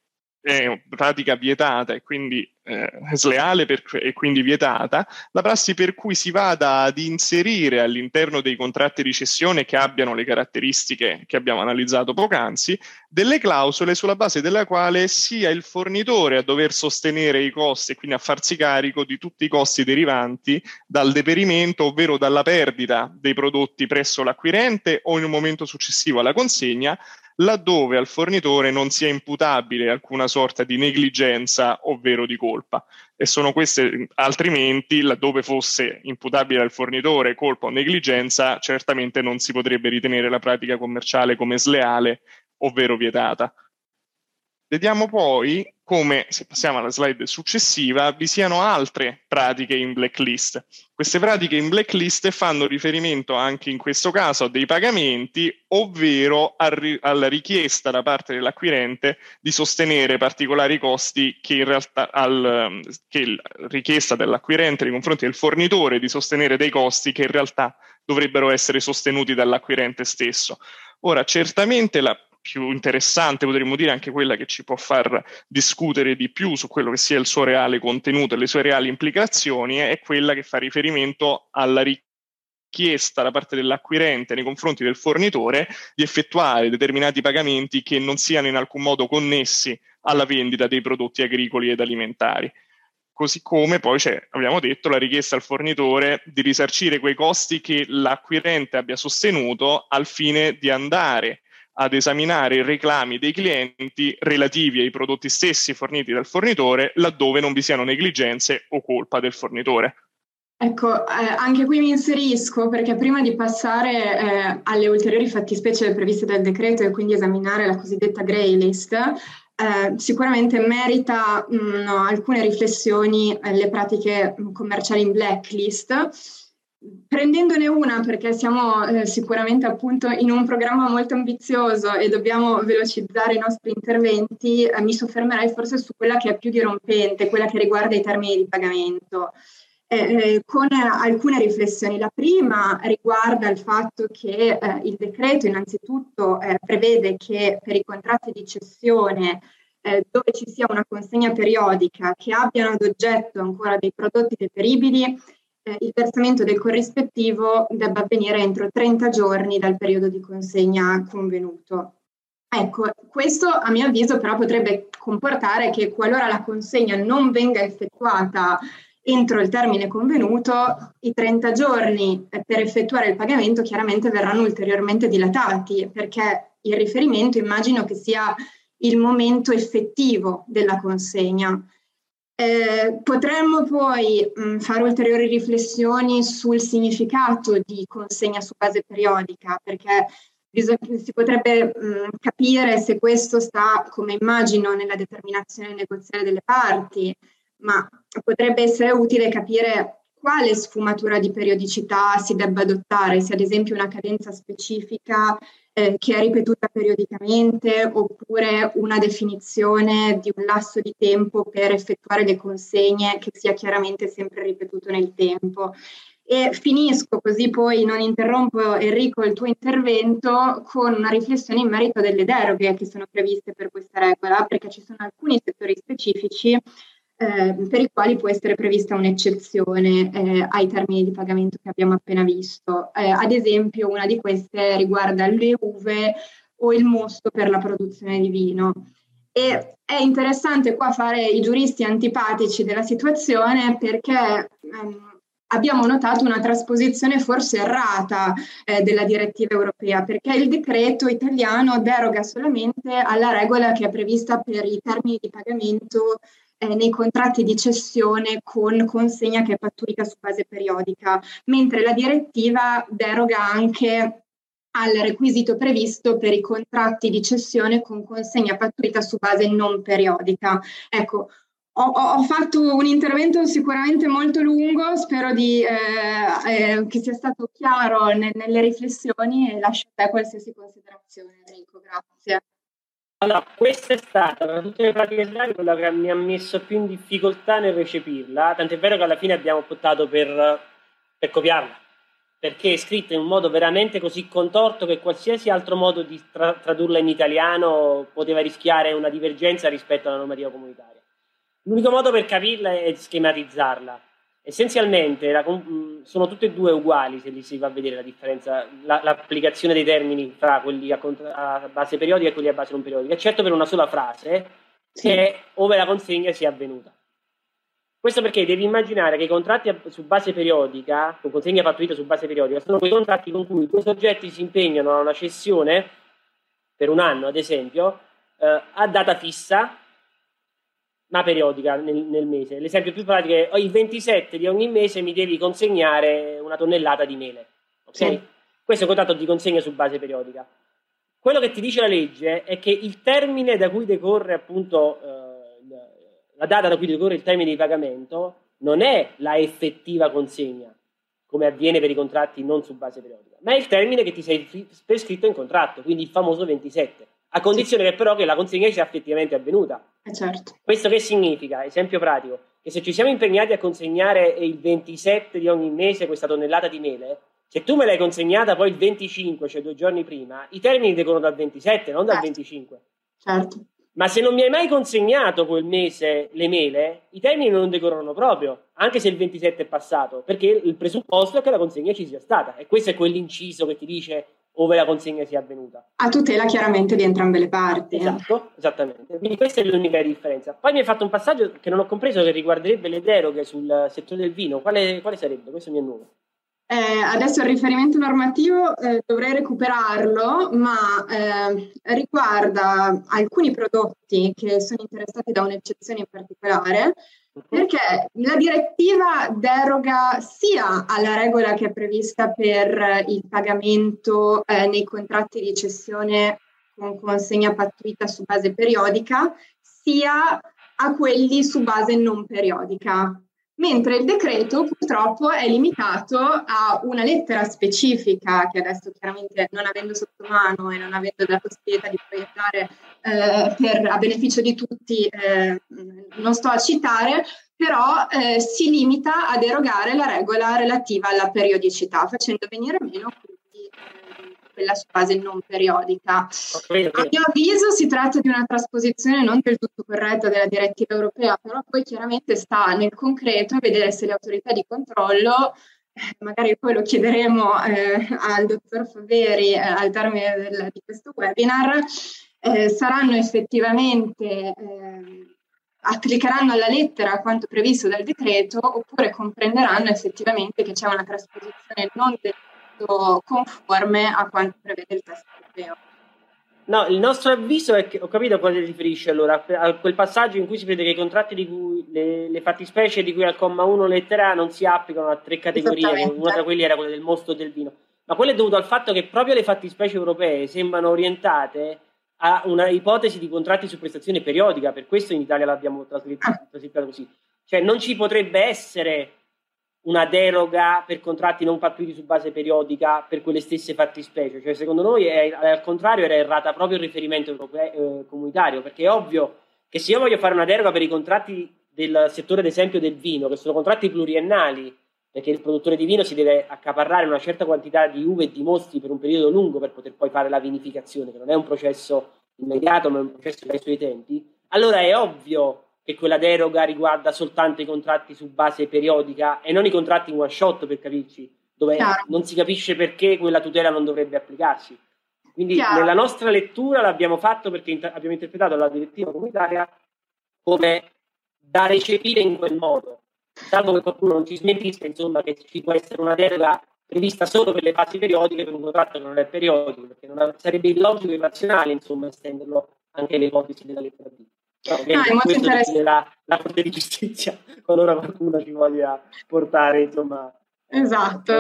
è pratica vietata e quindi sleale e quindi vietata la prassi per cui si vada ad inserire all'interno dei contratti di cessione che abbiano le caratteristiche che abbiamo analizzato poc'anzi delle clausole sulla base della quale sia il fornitore a dover sostenere i costi e quindi a farsi carico di tutti i costi derivanti dal deperimento, ovvero dalla perdita dei prodotti presso l'acquirente o in un momento successivo alla consegna, laddove al fornitore non sia imputabile alcuna sorta di negligenza ovvero di colpa. E sono queste, altrimenti, laddove fosse imputabile al fornitore colpa o negligenza, certamente non si potrebbe ritenere la pratica commerciale come sleale, ovvero vietata. Vediamo poi come, se passiamo alla slide successiva, vi siano altre pratiche in blacklist. Queste pratiche in blacklist fanno riferimento anche in questo caso a dei pagamenti, ovvero alla richiesta da parte dell'acquirente di sostenere particolari costi che in realtà richiesta dell'acquirente nei confronti del fornitore di sostenere dei costi che in realtà dovrebbero essere sostenuti dall'acquirente stesso. Ora, certamente la più interessante, potremmo dire anche quella che ci può far discutere di più su quello che sia il suo reale contenuto e le sue reali implicazioni, è quella che fa riferimento alla richiesta da parte dell'acquirente nei confronti del fornitore di effettuare determinati pagamenti che non siano in alcun modo connessi alla vendita dei prodotti agricoli ed alimentari. Così come poi c'è, abbiamo detto, la richiesta al fornitore di risarcire quei costi che l'acquirente abbia sostenuto al fine di andare ad esaminare i reclami dei clienti relativi ai prodotti stessi forniti dal fornitore, laddove non vi siano negligenze o colpa del fornitore. Ecco, anche qui mi inserisco perché prima di passare alle ulteriori fattispecie previste dal decreto e quindi esaminare la cosiddetta grey list, sicuramente merita alcune riflessioni le pratiche commerciali in blacklist. Prendendone una, perché siamo sicuramente appunto in un programma molto ambizioso e dobbiamo velocizzare i nostri interventi, mi soffermerei forse su quella che è più dirompente, quella che riguarda i termini di pagamento, con alcune riflessioni. La prima riguarda il fatto che il decreto innanzitutto prevede che per i contratti di cessione dove ci sia una consegna periodica che abbiano ad oggetto ancora dei prodotti deperibili, il versamento del corrispettivo debba avvenire entro 30 giorni dal periodo di consegna convenuto. Ecco, questo a mio avviso però potrebbe comportare che qualora la consegna non venga effettuata entro il termine convenuto, i 30 giorni per effettuare il pagamento chiaramente verranno ulteriormente dilatati, perché il riferimento immagino che sia il momento effettivo della consegna. Potremmo poi fare ulteriori riflessioni sul significato di consegna su base periodica, perché si potrebbe capire se questo sta, come immagino, nella determinazione negoziale delle parti, ma potrebbe essere utile capire quale sfumatura di periodicità si debba adottare, se ad esempio una cadenza specifica che è ripetuta periodicamente, oppure una definizione di un lasso di tempo per effettuare le consegne che sia chiaramente sempre ripetuto nel tempo. E finisco, così poi non interrompo, Enrico, il tuo intervento, con una riflessione in merito delle deroghe che sono previste per questa regola, perché ci sono alcuni settori specifici per i quali può essere prevista un'eccezione ai termini di pagamento che abbiamo appena visto. Ad esempio, una di queste riguarda le uve o il mosto per la produzione di vino. E è interessante qua fare i giuristi antipatici della situazione, perché abbiamo notato una trasposizione forse errata della direttiva europea, perché il decreto italiano deroga solamente alla regola che è prevista per i termini di pagamento nei contratti di cessione con consegna che è pattuita su base periodica, mentre la direttiva deroga anche al requisito previsto per i contratti di cessione con consegna pattuita su base non periodica. Ecco, ho fatto un intervento sicuramente molto lungo, spero che sia stato chiaro nelle riflessioni, e lascio a te qualsiasi considerazione, Enrico. Grazie. Allora, questa è stata, tra tutte le pratiche legali, quella che mi ha messo più in difficoltà nel recepirla, tant'è vero che alla fine abbiamo optato per copiarla, perché è scritta in un modo veramente così contorto che qualsiasi altro modo di tradurla in italiano poteva rischiare una divergenza rispetto alla normativa comunitaria. L'unico modo per capirla è schematizzarla. Essenzialmente sono tutte e due uguali, se li si va a vedere la differenza, l'applicazione dei termini fra quelli a base periodica e quelli a base non periodica, eccetto per una sola frase, che è ove la consegna sia avvenuta. Questo perché devi immaginare che i contratti su base periodica, con consegna pattuita su base periodica, sono quei contratti con cui i due soggetti si impegnano a una cessione per un anno, ad esempio, a data fissa, ma periodica nel mese. L'esempio più pratico è: il 27 di ogni mese mi devi consegnare una tonnellata di mele. Okay? Sì. Questo è un contratto di consegna su base periodica. Quello che ti dice la legge è che il termine da cui decorre appunto la data da cui decorre il termine di pagamento non è la effettiva consegna, come avviene per i contratti non su base periodica, ma è il termine che ti sei prescritto in contratto, quindi il famoso 27. A condizione che però che la consegna sia effettivamente avvenuta. Certo. Questo che significa? Esempio pratico, che se ci siamo impegnati a consegnare il 27 di ogni mese questa tonnellata di mele, se tu me l'hai consegnata poi il 25, cioè 2 giorni prima, i termini decorrono dal 27, non dal 25. Certo. Ma se non mi hai mai consegnato quel mese le mele, i termini non decorrono proprio, anche se il 27 è passato, perché il presupposto è che la consegna ci sia stata. E questo è quell'inciso che ti dice ove la consegna sia avvenuta. A tutela chiaramente di entrambe le parti. Esatto, esattamente. Quindi questa è l'unica differenza. Poi mi hai fatto un passaggio che non ho compreso, che riguarderebbe le deroghe sul settore del vino. Quale sarebbe? Questo mi è nuovo. Adesso il riferimento normativo dovrei recuperarlo, ma riguarda alcuni prodotti che sono interessati da un'eccezione in particolare, perché la direttiva deroga sia alla regola che è prevista per il pagamento nei contratti di cessione con consegna pattuita su base periodica, sia a quelli su base non periodica. Mentre il decreto purtroppo è limitato a una lettera specifica che adesso chiaramente non avendo sotto mano e non avendo la possibilità di proiettare a beneficio di tutti non sto a citare, però si limita ad erogare la regola relativa alla periodicità, facendo venire meno quindi quella su base non periodica. Okay. A mio avviso si tratta di una trasposizione non del tutto corretta della direttiva europea, però poi chiaramente sta nel concreto vedere se le autorità di controllo, magari poi lo chiederemo al dottor Faveri al termine di questo webinar, saranno effettivamente applicheranno alla lettera quanto previsto dal decreto oppure comprenderanno effettivamente che c'è una trasposizione non del tutto conforme a quanto prevede il testo europeo. No, il nostro avviso è che, ho capito a quale riferisce allora, a quel passaggio in cui si vede che i contratti di cui le fattispecie di cui al comma 1 lettera A non si applicano a 3 categorie, una tra quelli era quella del mosto e del vino, ma quello è dovuto al fatto che proprio le fattispecie europee sembrano orientate a una ipotesi di contratti su prestazione periodica, per questo in Italia l'abbiamo traslittato così. Cioè non ci potrebbe essere una deroga per contratti non pattuiti su base periodica per quelle stesse fattispecie, cioè secondo noi al contrario era errata proprio il riferimento comunitario, perché è ovvio che se io voglio fare una deroga per i contratti del settore ad esempio del vino, che sono contratti pluriennali, perché il produttore di vino si deve accaparrare una certa quantità di uve e di mosti per un periodo lungo per poter poi fare la vinificazione, che non è un processo immediato ma è un processo che ha i suoi tempi, allora è ovvio che quella deroga riguarda soltanto i contratti su base periodica e non i contratti in one shot, per capirci, dove non si capisce perché quella tutela non dovrebbe applicarsi. Quindi nella nostra lettura l'abbiamo fatto perché abbiamo interpretato la direttiva comunitaria come da recepire in quel modo, salvo che qualcuno non ci smentisca, insomma, che ci può essere una deroga prevista solo per le fasi periodiche per un contratto che non è periodico, perché sarebbe illogico e irrazionale, insomma, estenderlo anche alle ipotesi della lettera B. No, è molto interessante la Corte di Giustizia qualora qualcuno ci voglia portare, insomma. Esatto,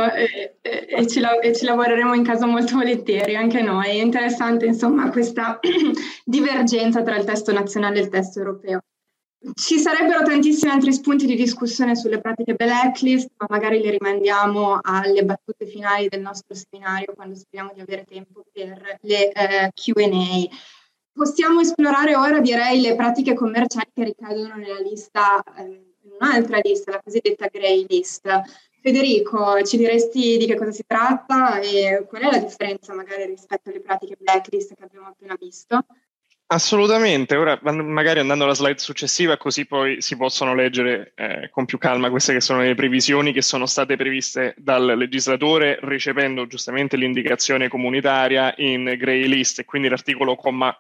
e ci lavoreremo in caso molto volentieri anche noi. È interessante, insomma, questa divergenza tra il testo nazionale e il testo europeo. Ci sarebbero tantissimi altri spunti di discussione sulle pratiche blacklist, ma magari li rimandiamo alle battute finali del nostro seminario quando speriamo di avere tempo per le Q&A. Possiamo esplorare ora, direi, le pratiche commerciali che ricadono nella lista, in un'altra lista, la cosiddetta grey list. Federico, ci diresti di che cosa si tratta e qual è la differenza magari rispetto alle pratiche blacklist che abbiamo appena visto? Assolutamente, ora magari andando alla slide successiva così poi si possono leggere con più calma queste che sono le previsioni che sono state previste dal legislatore recependo giustamente l'indicazione comunitaria in grey list e quindi l'articolo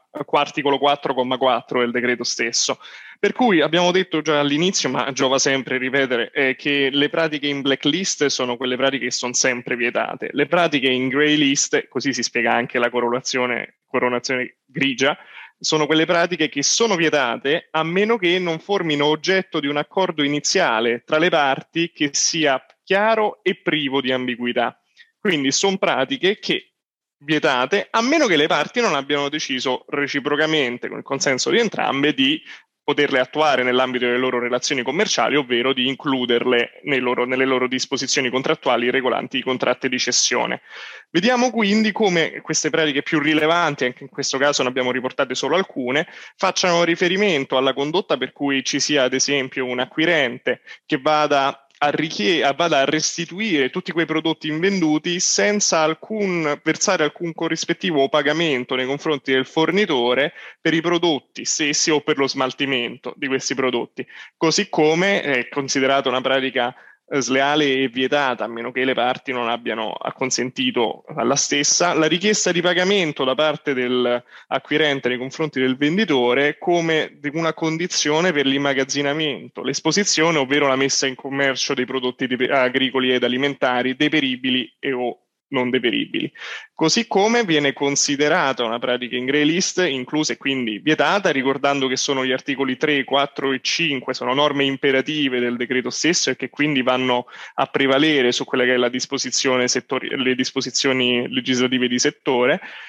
4,4 del decreto stesso. Per cui abbiamo detto già all'inizio, ma giova sempre ripetere, che le pratiche in blacklist sono quelle pratiche che sono sempre vietate. Le pratiche in grey list, così si spiega anche la coronazione grigia, sono quelle pratiche che sono vietate a meno che non formino oggetto di un accordo iniziale tra le parti che sia chiaro e privo di ambiguità. Quindi sono pratiche che vietate a meno che le parti non abbiano deciso reciprocamente, con il consenso di entrambe, di poterle attuare nell'ambito delle loro relazioni commerciali, ovvero di includerle nelle loro disposizioni contrattuali regolanti i contratti di cessione. Vediamo quindi come queste pratiche più rilevanti, anche in questo caso ne abbiamo riportate solo alcune, facciano riferimento alla condotta per cui ci sia ad esempio un acquirente che vada a restituire tutti quei prodotti invenduti senza versare alcun corrispettivo o pagamento nei confronti del fornitore per i prodotti stessi o per lo smaltimento di questi prodotti, così come è considerata una pratica sleale e vietata, a meno che le parti non abbiano acconsentito alla stessa, la richiesta di pagamento da parte dell'acquirente nei confronti del venditore come una condizione per l'immagazzinamento, l'esposizione, ovvero la messa in commercio dei prodotti agricoli ed alimentari deperibili e o non deperibili. Così come viene considerata una pratica in grey list, inclusa e quindi vietata, ricordando che sono gli articoli 3, 4 e 5, sono norme imperative del decreto stesso e che quindi vanno a prevalere su quella che è la disposizione le disposizioni legislative di settore.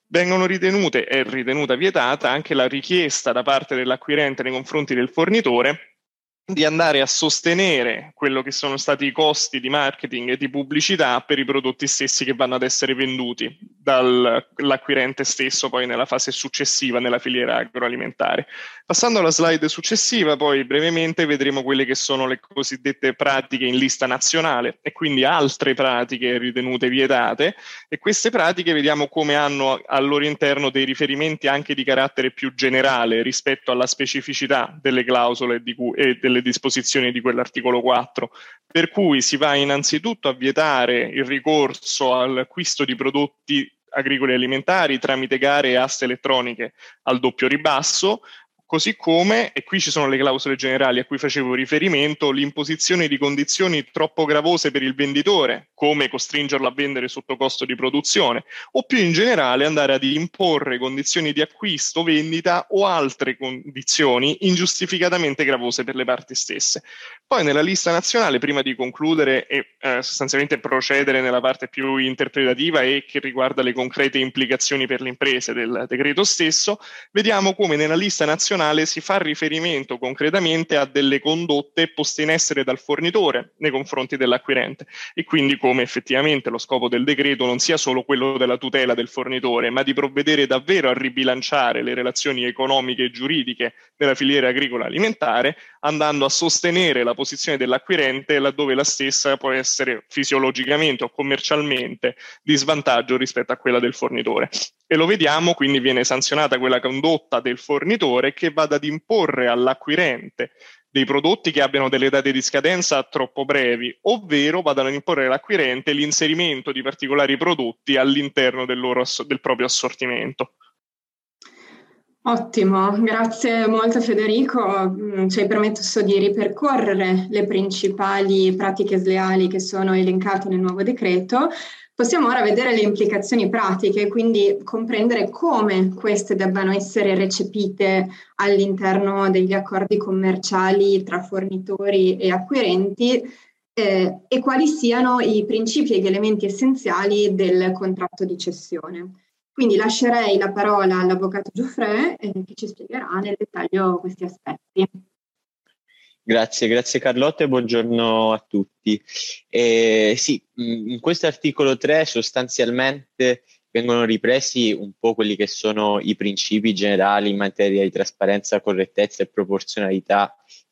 è ritenuta vietata anche la richiesta da parte dell'acquirente nei confronti del fornitore di andare a sostenere quello che sono stati i costi di marketing e di pubblicità per i prodotti stessi che vanno ad essere venduti dall'acquirente stesso poi nella fase successiva nella filiera agroalimentare. Passando alla slide successiva, poi brevemente vedremo quelle che sono le cosiddette pratiche in lista nazionale e quindi altre pratiche ritenute vietate, e queste pratiche vediamo come hanno al loro interno dei riferimenti anche di carattere più generale rispetto alla specificità delle clausole e delle disposizioni di quell'articolo 4, per cui si va innanzitutto a vietare il ricorso all'acquisto di prodotti agricoli e alimentari tramite gare e aste elettroniche al doppio ribasso, così come, e qui ci sono le clausole generali a cui facevo riferimento, l'imposizione di condizioni troppo gravose per il venditore, come costringerlo a vendere sotto costo di produzione, o più in generale andare ad imporre condizioni di acquisto, vendita o altre condizioni ingiustificatamente gravose per le parti stesse. Poi nella lista nazionale, prima di concludere e sostanzialmente procedere nella parte più interpretativa e che riguarda le concrete implicazioni per le imprese del decreto stesso, vediamo come nella lista nazionale si fa riferimento concretamente a delle condotte poste in essere dal fornitore nei confronti dell'acquirente, e quindi come effettivamente lo scopo del decreto non sia solo quello della tutela del fornitore, ma di provvedere davvero a ribilanciare le relazioni economiche e giuridiche della filiera agricola alimentare, andando a sostenere la posizione dell'acquirente laddove la stessa può essere fisiologicamente o commercialmente di svantaggio rispetto a quella del fornitore. E lo vediamo, quindi viene sanzionata quella condotta del fornitore che vada ad imporre all'acquirente dei prodotti che abbiano delle date di scadenza troppo brevi, ovvero vadano ad imporre all'acquirente l'inserimento di particolari prodotti all'interno del proprio assortimento. Ottimo, grazie molto Federico. Ci hai permesso di ripercorrere le principali pratiche sleali che sono elencate nel nuovo decreto. Possiamo ora vedere le implicazioni pratiche, quindi comprendere come queste debbano essere recepite all'interno degli accordi commerciali tra fornitori e acquirenti e quali siano i principi e gli elementi essenziali del contratto di cessione. Quindi lascerei la parola all'avvocato Giuffre che ci spiegherà nel dettaglio questi aspetti. Grazie Carlotta e buongiorno a tutti. Sì, in questo articolo 3 sostanzialmente vengono ripresi un po' quelli che sono i principi generali in materia di trasparenza, correttezza e proporzionalità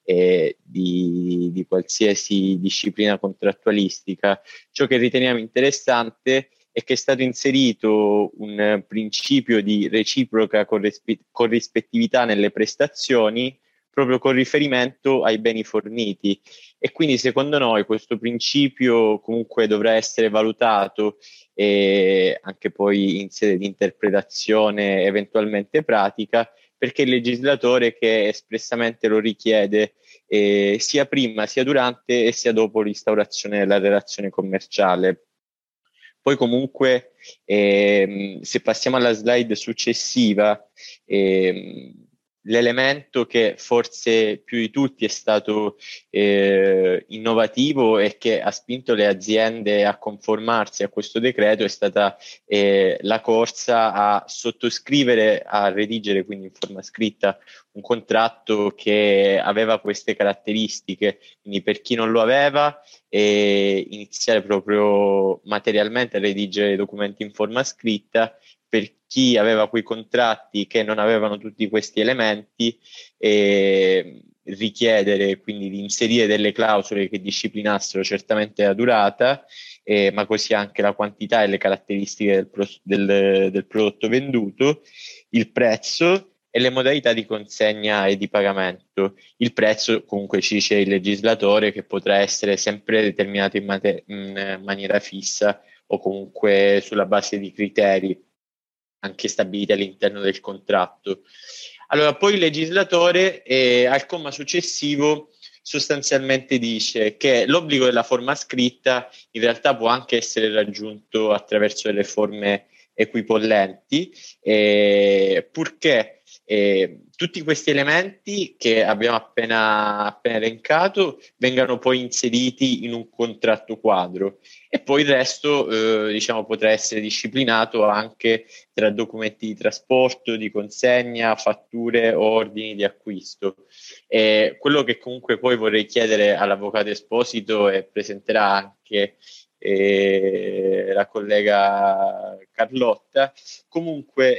di qualsiasi disciplina contrattualistica. Ciò che riteniamo interessante è che è stato inserito un principio di reciproca corrispettività nelle prestazioni proprio con riferimento ai beni forniti, e quindi secondo noi questo principio comunque dovrà essere valutato anche poi in sede di interpretazione eventualmente pratica, perché il legislatore che espressamente lo richiede sia prima, sia durante e sia dopo l'instaurazione della relazione commerciale. Poi comunque se passiamo alla slide successiva, l'elemento che forse più di tutti è stato innovativo e che ha spinto le aziende a conformarsi a questo decreto è stata la corsa a sottoscrivere, a redigere quindi in forma scritta un contratto che aveva queste caratteristiche. Quindi per chi non lo aveva, iniziare proprio materialmente a redigere documenti in forma scritta. Per chi aveva quei contratti che non avevano tutti questi elementi, richiedere quindi di inserire delle clausole che disciplinassero certamente la durata, ma così anche la quantità e le caratteristiche del prodotto venduto, il prezzo e le modalità di consegna e di pagamento. Il prezzo comunque ci dice il legislatore che potrà essere sempre determinato in maniera fissa o comunque sulla base di criteri anche stabiliti all'interno del contratto. Allora, poi il legislatore al comma successivo sostanzialmente dice che l'obbligo della forma scritta in realtà può anche essere raggiunto attraverso delle forme equipollenti, purché Tutti questi elementi che abbiamo appena elencato vengano poi inseriti in un contratto quadro e poi il resto potrà essere disciplinato anche tra documenti di trasporto, di consegna, fatture o ordini di acquisto. Quello che comunque poi vorrei chiedere all'avvocato Esposito e presenterà anche la collega Carlotta, comunque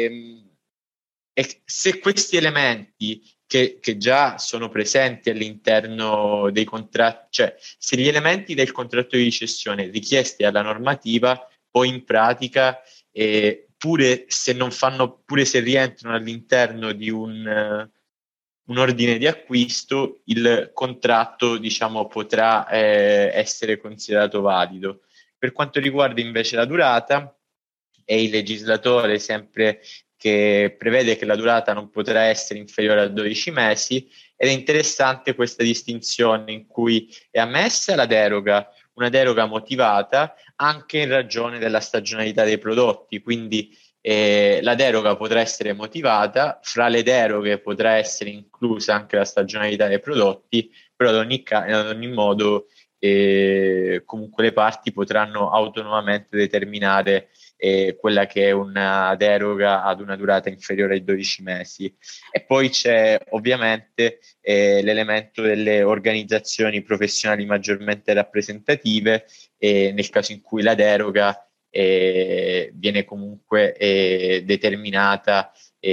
se questi elementi che già sono presenti all'interno dei contratti, cioè se gli elementi del contratto di cessione richiesti alla normativa poi in pratica, pure se rientrano all'interno di un ordine di acquisto, il contratto potrà essere considerato valido. Per quanto riguarda invece la durata, è il legislatore sempre che prevede che la durata non potrà essere inferiore a 12 mesi ed è interessante questa distinzione in cui è ammessa la deroga, una deroga motivata anche in ragione della stagionalità dei prodotti, quindi la deroga potrà essere motivata, fra le deroghe potrà essere inclusa anche la stagionalità dei prodotti, però ad ogni modo comunque le parti potranno autonomamente determinare quella che è una deroga ad una durata inferiore ai 12 mesi. E poi c'è ovviamente l'elemento delle organizzazioni professionali maggiormente rappresentative, nel caso in cui la deroga viene comunque determinata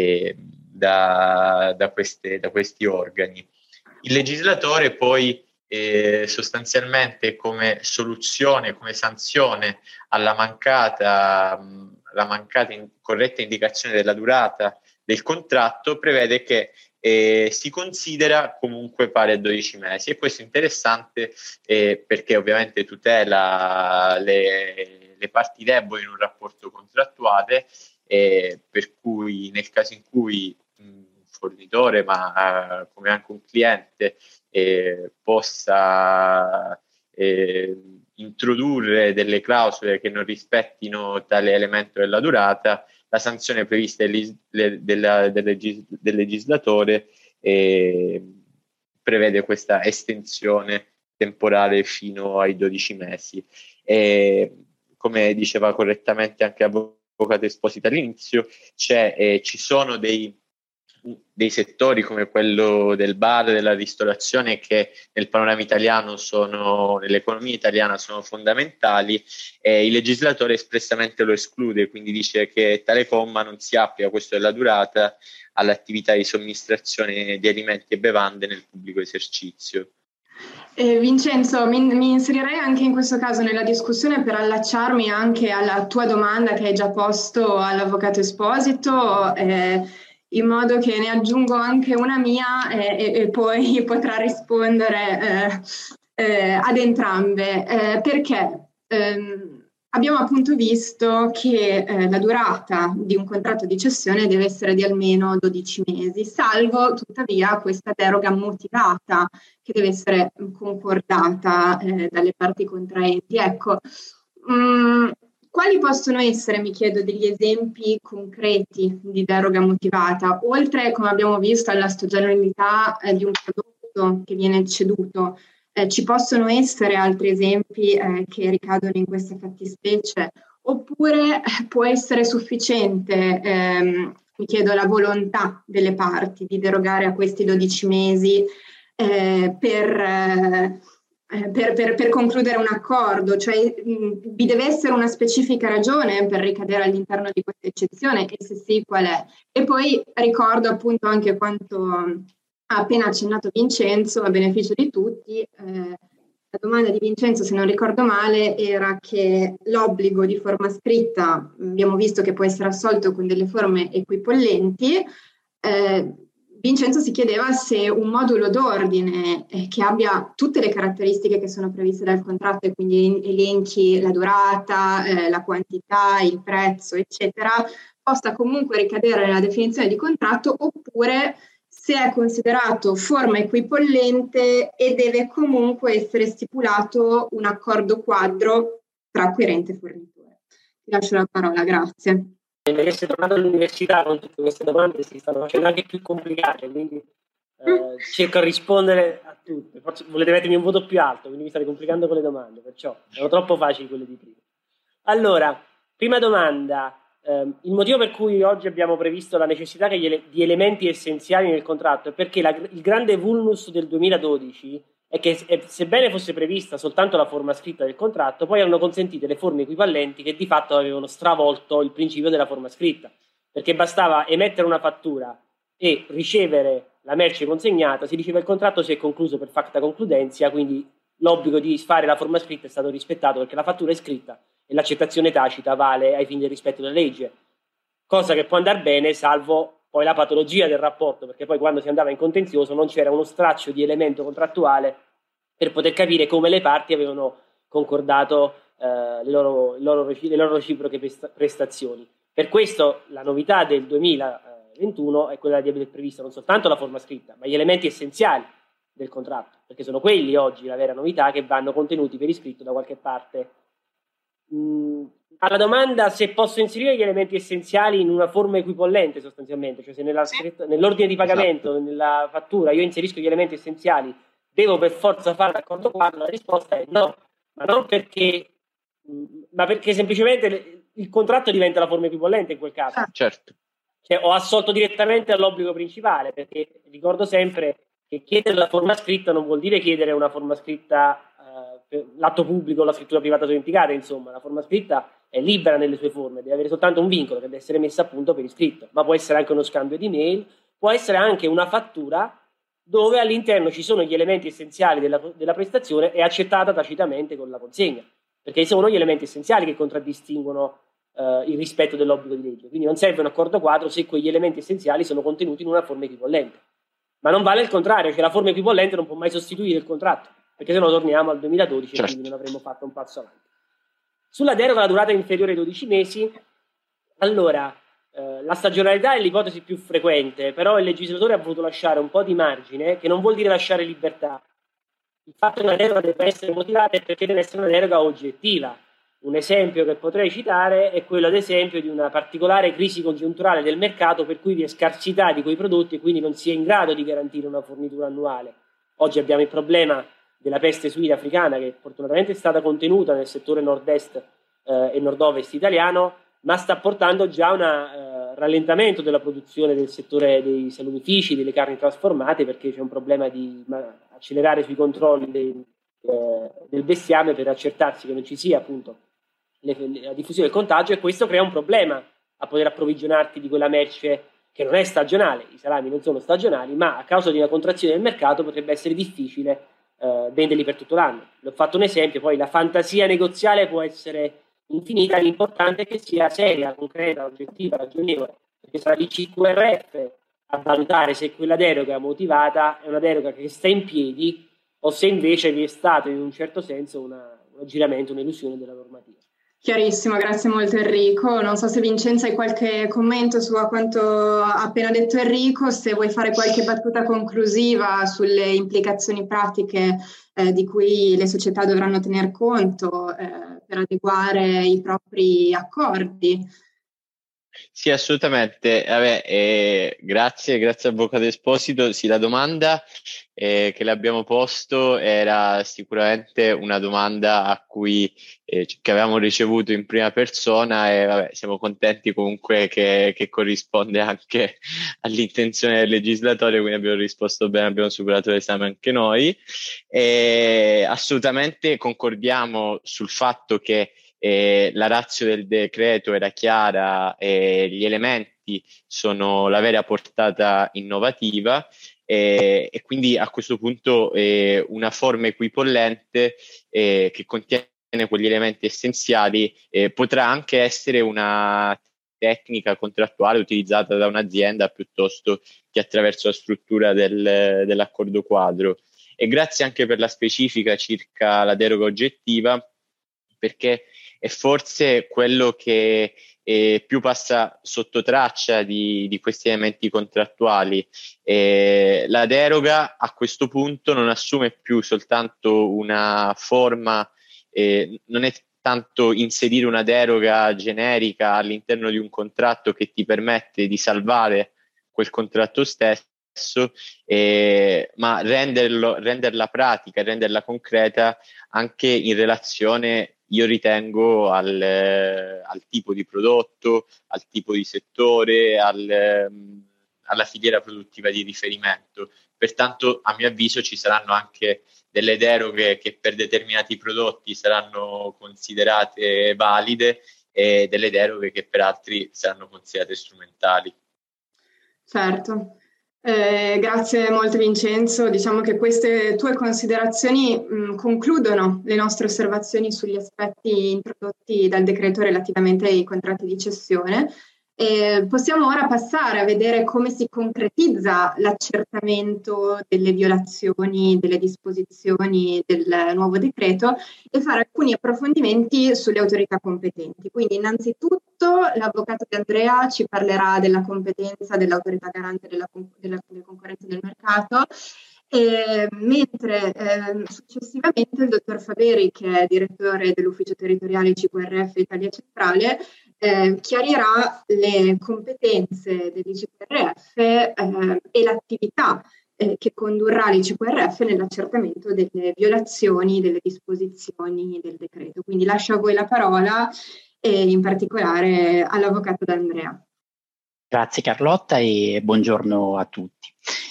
da questi organi. Il legislatore poi sostanzialmente come soluzione, come sanzione alla mancata corretta indicazione della durata del contratto prevede che si considera comunque pari a 12 mesi e questo è interessante perché ovviamente tutela le parti deboli in un rapporto contrattuale, per cui nel caso in cui un fornitore ma come anche un cliente possa introdurre delle clausole che non rispettino tale elemento della durata, la sanzione prevista del legislatore prevede questa estensione temporale fino ai 12 mesi. Come diceva correttamente anche l'avvocato Esposito all'inizio, ci sono dei settori come quello del bar, della ristorazione che nel panorama italiano nell'economia italiana sono fondamentali e il legislatore espressamente lo esclude, quindi dice che tale comma non si applica, questo della durata, all'attività di somministrazione di alimenti e bevande nel pubblico esercizio. Vincenzo, mi inserirei anche in questo caso nella discussione per allacciarmi anche alla tua domanda che hai già posto all'avvocato Esposito, in modo che ne aggiungo anche una mia e poi potrà rispondere ad entrambe, perché abbiamo appunto visto che la durata di un contratto di cessione deve essere di almeno 12 mesi, salvo tuttavia questa deroga motivata che deve essere concordata dalle parti contraenti. Ecco, quali possono essere, mi chiedo, degli esempi concreti di deroga motivata, oltre, come abbiamo visto, alla stagionalità di un prodotto che viene ceduto? Ci possono essere altri esempi che ricadono in questa fattispecie? Oppure può essere sufficiente, mi chiedo, la volontà delle parti di derogare a questi 12 mesi per concludere un accordo, cioè vi deve essere una specifica ragione per ricadere all'interno di questa eccezione e se sì qual è? E poi ricordo appunto anche quanto ha appena accennato Vincenzo a beneficio di tutti. La domanda di Vincenzo, se non ricordo male, era che l'obbligo di forma scritta abbiamo visto che può essere assolto con delle forme equipollenti. Vincenzo si chiedeva se un modulo d'ordine che abbia tutte le caratteristiche che sono previste dal contratto e quindi elenchi la durata, la quantità, il prezzo, eccetera, possa comunque ricadere nella definizione di contratto oppure se è considerato forma equipollente e deve comunque essere stipulato un accordo quadro tra acquirente e fornitore. Ti lascio la parola, grazie. mi avesse tornato all'università con tutte queste domande si stanno facendo anche più complicate, quindi cerco di rispondere a tutte. Forse volete mettermi un voto più alto, quindi mi state complicando con le domande, perciò erano troppo facili quelle di prima. Allora, prima domanda, il motivo per cui oggi abbiamo previsto la necessità di elementi essenziali nel contratto è perché il grande vulnus del 2012 è che sebbene fosse prevista soltanto la forma scritta del contratto, poi erano consentite le forme equivalenti che di fatto avevano stravolto il principio della forma scritta, perché bastava emettere una fattura e ricevere la merce consegnata, si diceva il contratto si è concluso per facta concludentia, quindi l'obbligo di fare la forma scritta è stato rispettato perché la fattura è scritta e l'accettazione tacita vale ai fini del rispetto della legge, cosa che può andare bene salvo poi la patologia del rapporto, perché poi quando si andava in contenzioso non c'era uno straccio di elemento contrattuale per poter capire come le parti avevano concordato le loro reciproche prestazioni. Per questo la novità del 2021 è quella di aver previsto non soltanto la forma scritta, ma gli elementi essenziali del contratto, perché sono quelli oggi la vera novità che vanno contenuti per iscritto da qualche parte. Alla domanda se posso inserire gli elementi essenziali in una forma equipollente sostanzialmente, cioè se nell'ordine di pagamento, esatto, nella fattura io inserisco gli elementi essenziali, devo per forza fare l'accordo quadro? La risposta è no, ma non perché, ma perché semplicemente il contratto diventa la forma equipollente in quel caso. Certo. Cioè, ho assolto direttamente all'obbligo principale, perché ricordo sempre che chiedere la forma scritta non vuol dire chiedere una forma scritta l'atto pubblico, la scrittura privata autenticata, insomma, la forma scritta è libera nelle sue forme, deve avere soltanto un vincolo che deve essere messa a punto per iscritto, ma può essere anche uno scambio di mail, può essere anche una fattura dove all'interno ci sono gli elementi essenziali della prestazione e accettata tacitamente con la consegna, perché sono gli elementi essenziali che contraddistinguono il rispetto dell'obbligo di legge, quindi non serve un accordo quadro se quegli elementi essenziali sono contenuti in una forma equipollente, ma non vale il contrario, cioè la forma equipollente non può mai sostituire il contratto, perché se no torniamo al 2012 certo, e quindi non avremo fatto un passo avanti. Sulla deroga alla durata inferiore ai 12 mesi, allora, la stagionalità è l'ipotesi più frequente, però il legislatore ha voluto lasciare un po' di margine, che non vuol dire lasciare libertà. Il fatto che una deroga debba essere motivata è perché deve essere una deroga oggettiva. Un esempio che potrei citare è quello, ad esempio, di una particolare crisi congiunturale del mercato per cui vi è scarsità di quei prodotti e quindi non si è in grado di garantire una fornitura annuale. Oggi abbiamo il problema della peste suina africana che fortunatamente è stata contenuta nel settore nord-est e nord-ovest italiano, ma sta portando già a un rallentamento della produzione del settore dei salumifici, delle carni trasformate, perché c'è un problema di accelerare sui controlli del bestiame per accertarsi che non ci sia appunto la diffusione del contagio, e questo crea un problema a poter approvvigionarti di quella merce che non è stagionale. I salami non sono stagionali, ma a causa di una contrazione del mercato potrebbe essere difficile venderli per tutto l'anno. L'ho fatto un esempio, poi la fantasia negoziale può essere infinita, l'importante è che sia seria, concreta, oggettiva, ragionevole, perché sarà l'ICQRF a valutare se quella deroga motivata è una deroga che sta in piedi o se invece vi è stato in un certo senso un aggiramento, un'elusione della normativa. Chiarissimo, grazie molto Enrico. Non so se Vincenzo hai qualche commento su quanto ha appena detto Enrico, se vuoi fare qualche battuta conclusiva sulle implicazioni pratiche di cui le società dovranno tener conto per adeguare i propri accordi. Sì, assolutamente. Vabbè, grazie Avvocato Esposito. Sì, la domanda che le abbiamo posto era sicuramente una domanda a cui che avevamo ricevuto in prima persona, e vabbè, siamo contenti comunque che corrisponde anche all'intenzione del legislatore, quindi abbiamo risposto bene, abbiamo superato l'esame anche noi. Assolutamente concordiamo sul fatto che la ratio del decreto era chiara, gli elementi sono la vera portata innovativa, e quindi a questo punto una forma equipollente che contiene quegli elementi essenziali potrà anche essere una tecnica contrattuale utilizzata da un'azienda piuttosto che attraverso la struttura dell'accordo quadro. E grazie anche per la specifica circa la deroga oggettiva, perché è forse quello che più passa sotto traccia di questi elementi contrattuali. La deroga a questo punto non assume più soltanto una forma, non è tanto inserire una deroga generica all'interno di un contratto che ti permette di salvare quel contratto stesso, ma renderla pratica, renderla concreta anche in relazione, io ritengo, al tipo di prodotto, al tipo di settore, alla filiera produttiva di riferimento. Pertanto, a mio avviso, ci saranno anche delle deroghe che per determinati prodotti saranno considerate valide e delle deroghe che per altri saranno considerate strumentali. Certo. Grazie molto Vincenzo, diciamo che queste tue considerazioni concludono le nostre osservazioni sugli aspetti introdotti dal decreto relativamente ai contratti di cessione. Possiamo ora passare a vedere come si concretizza l'accertamento delle violazioni delle disposizioni del nuovo decreto e fare alcuni approfondimenti sulle autorità competenti. Quindi innanzitutto l'avvocato De Andrea ci parlerà della competenza dell'autorità garante della concorrenza del mercato, mentre successivamente il dottor Faveri, che è direttore dell'ufficio territoriale CQRF Italia Centrale, chiarirà le competenze dell'ICQRF e l'attività che condurrà l'ICQRF nell'accertamento delle violazioni delle disposizioni del decreto. Quindi lascio a voi la parola, in particolare all'avvocato D'Andrea. Grazie Carlotta e buongiorno a tutti.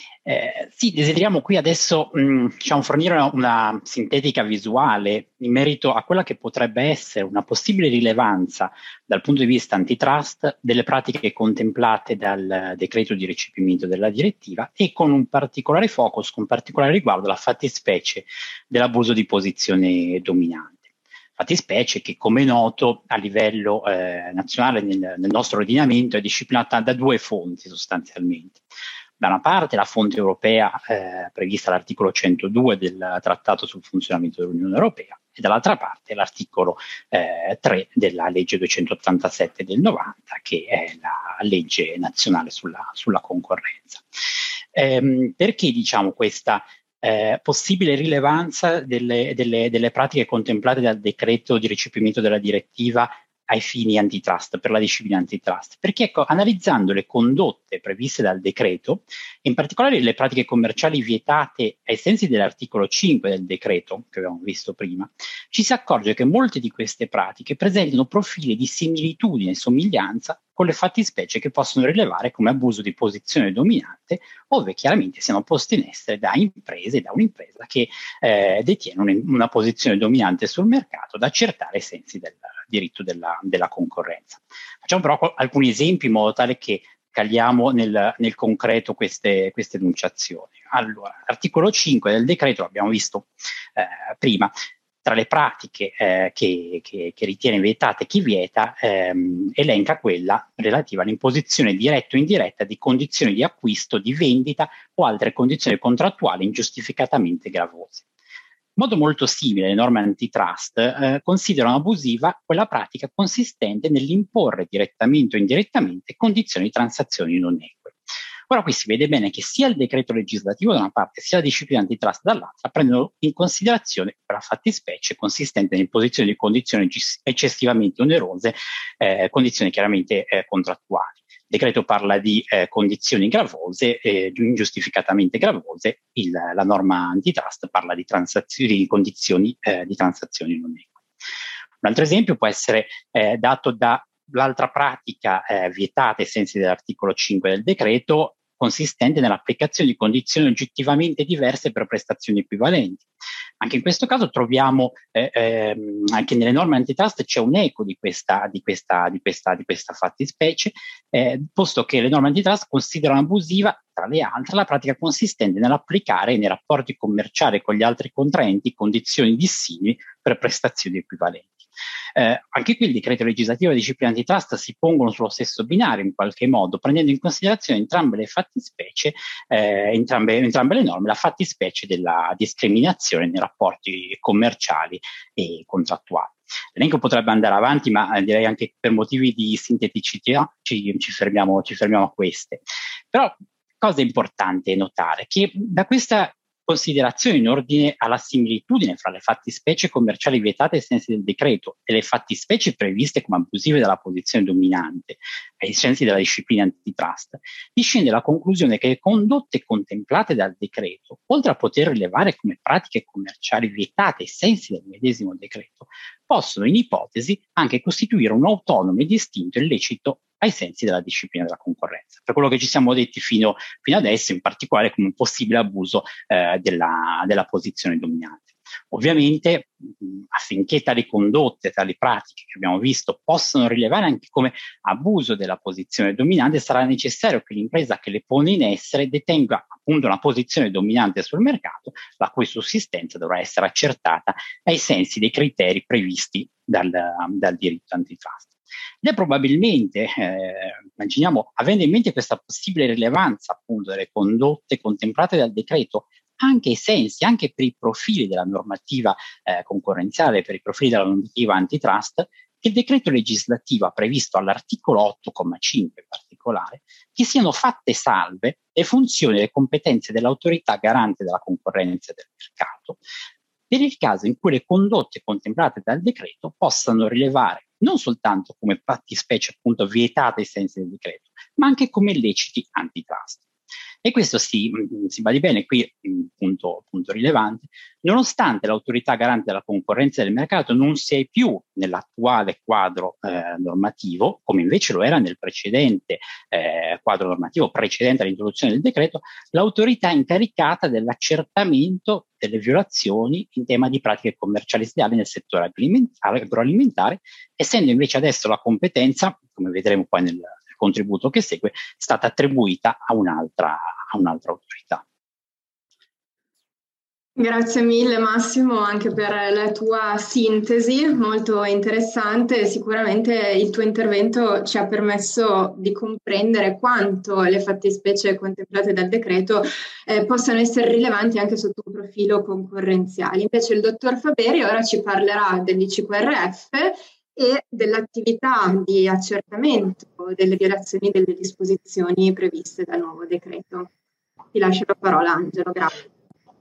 Sì, desideriamo qui adesso fornire una sintetica visuale in merito a quella che potrebbe essere una possibile rilevanza dal punto di vista antitrust delle pratiche contemplate dal decreto di recepimento della direttiva e con un particolare focus, con particolare riguardo alla fattispecie dell'abuso di posizione dominante. Fattispecie che, come è noto, a livello nazionale nel nostro ordinamento è disciplinata da due fonti sostanzialmente. Da una parte la fonte europea prevista all'articolo 102 del Trattato sul funzionamento dell'Unione Europea e dall'altra parte l'articolo 3 della legge 287 del 90, che è la legge nazionale sulla concorrenza. Perché diciamo questa possibile rilevanza delle pratiche contemplate dal decreto di recepimento della direttiva ai fini antitrust, per la disciplina antitrust? Perché ecco, analizzando le condotte previste dal decreto, in particolare le pratiche commerciali vietate ai sensi dell'articolo 5 del decreto, che abbiamo visto prima, ci si accorge che molte di queste pratiche presentano profili di similitudine e somiglianza con le fattispecie che possono rilevare come abuso di posizione dominante, ove chiaramente siano poste in essere da un'impresa che detiene una posizione dominante sul mercato da accertare ai sensi del diritto della concorrenza. Facciamo però alcuni esempi in modo tale che cagliamo nel concreto queste enunciazioni. Allora, l'articolo 5 del decreto, l'abbiamo visto prima, tra le pratiche che ritiene vietate chi vieta, elenca quella relativa all'imposizione diretta o indiretta di condizioni di acquisto, di vendita o altre condizioni contrattuali ingiustificatamente gravose. In modo molto simile, le norme antitrust considerano abusiva quella pratica consistente nell'imporre direttamente o indirettamente condizioni di transazioni non eque. Ora qui si vede bene che sia il decreto legislativo da una parte sia la disciplina antitrust dall'altra prendono in considerazione quella fattispecie consistente nell'imposizione di condizioni eccessivamente onerose, condizioni chiaramente contrattuali. Il decreto parla di condizioni gravose, ingiustificatamente gravose, la norma antitrust parla di condizioni di transazioni non eque. Un altro esempio può essere dato dall'altra pratica vietata ai sensi dell'articolo 5 del decreto, consistente nell'applicazione di condizioni oggettivamente diverse per prestazioni equivalenti. Anche in questo caso troviamo anche nelle norme antitrust c'è un eco di questa fattispecie, posto che le norme antitrust considerano abusiva, tra le altre, la pratica consistente nell'applicare nei rapporti commerciali con gli altri contraenti condizioni dissimili per prestazioni equivalenti. Anche qui il decreto legislativo e la disciplina antitrust si pongono sullo stesso binario in qualche modo, prendendo in considerazione entrambe le fattispecie, entrambe le norme, la fattispecie della discriminazione nei rapporti commerciali e contrattuali. L'elenco potrebbe andare avanti, ma direi anche per motivi di sinteticità ci fermiamo a queste. Però cosa è importante notare? Che da questa considerazioni in ordine alla similitudine fra le fattispecie commerciali vietate ai sensi del decreto e le fattispecie previste come abusive dalla posizione dominante ai sensi della disciplina antitrust, discende la conclusione che le condotte contemplate dal decreto, oltre a poter rilevare come pratiche commerciali vietate ai sensi del medesimo decreto, possono in ipotesi anche costituire un autonomo e distinto illecito ai sensi della disciplina della concorrenza. Per quello che ci siamo detti fino adesso, in particolare come un possibile abuso della posizione dominante. Ovviamente, affinché tali condotte, tali pratiche che abbiamo visto possano rilevare anche come abuso della posizione dominante, sarà necessario che l'impresa che le pone in essere detenga appunto una posizione dominante sul mercato, la cui sussistenza dovrà essere accertata ai sensi dei criteri previsti dal diritto antitrust. Ed è probabilmente, immaginiamo, avendo in mente questa possibile rilevanza appunto delle condotte contemplate dal decreto, anche ai sensi, anche per i profili della normativa concorrenziale, per i profili della normativa antitrust, che il decreto legislativo ha previsto all'articolo 8,5 in particolare, che siano fatte salve le funzioni e le competenze dell'autorità garante della concorrenza e del mercato, per il caso in cui le condotte contemplate dal decreto possano rilevare non soltanto come fattispecie appunto vietate ai sensi del decreto, ma anche come illeciti antitrust. E questo si badi bene, qui punto rilevante, nonostante l'autorità garante della concorrenza e del mercato non sia più nell'attuale quadro normativo, come invece lo era nel precedente quadro normativo precedente all'introduzione del decreto, l'autorità incaricata dell'accertamento delle violazioni in tema di pratiche commerciali sleali nel settore agroalimentare, essendo invece adesso la competenza, come vedremo poi nel contributo che segue, è stata attribuita a un'altra autorità. Grazie mille Massimo anche per la tua sintesi, molto interessante. Sicuramente il tuo intervento ci ha permesso di comprendere quanto le fattispecie contemplate dal decreto possano essere rilevanti anche sotto un profilo concorrenziale. Invece il dottor Faberi ora ci parlerà dell'ICQRF e dell'attività di accertamento delle violazioni delle disposizioni previste dal nuovo decreto. Ti lascio la parola, Angelo, grazie.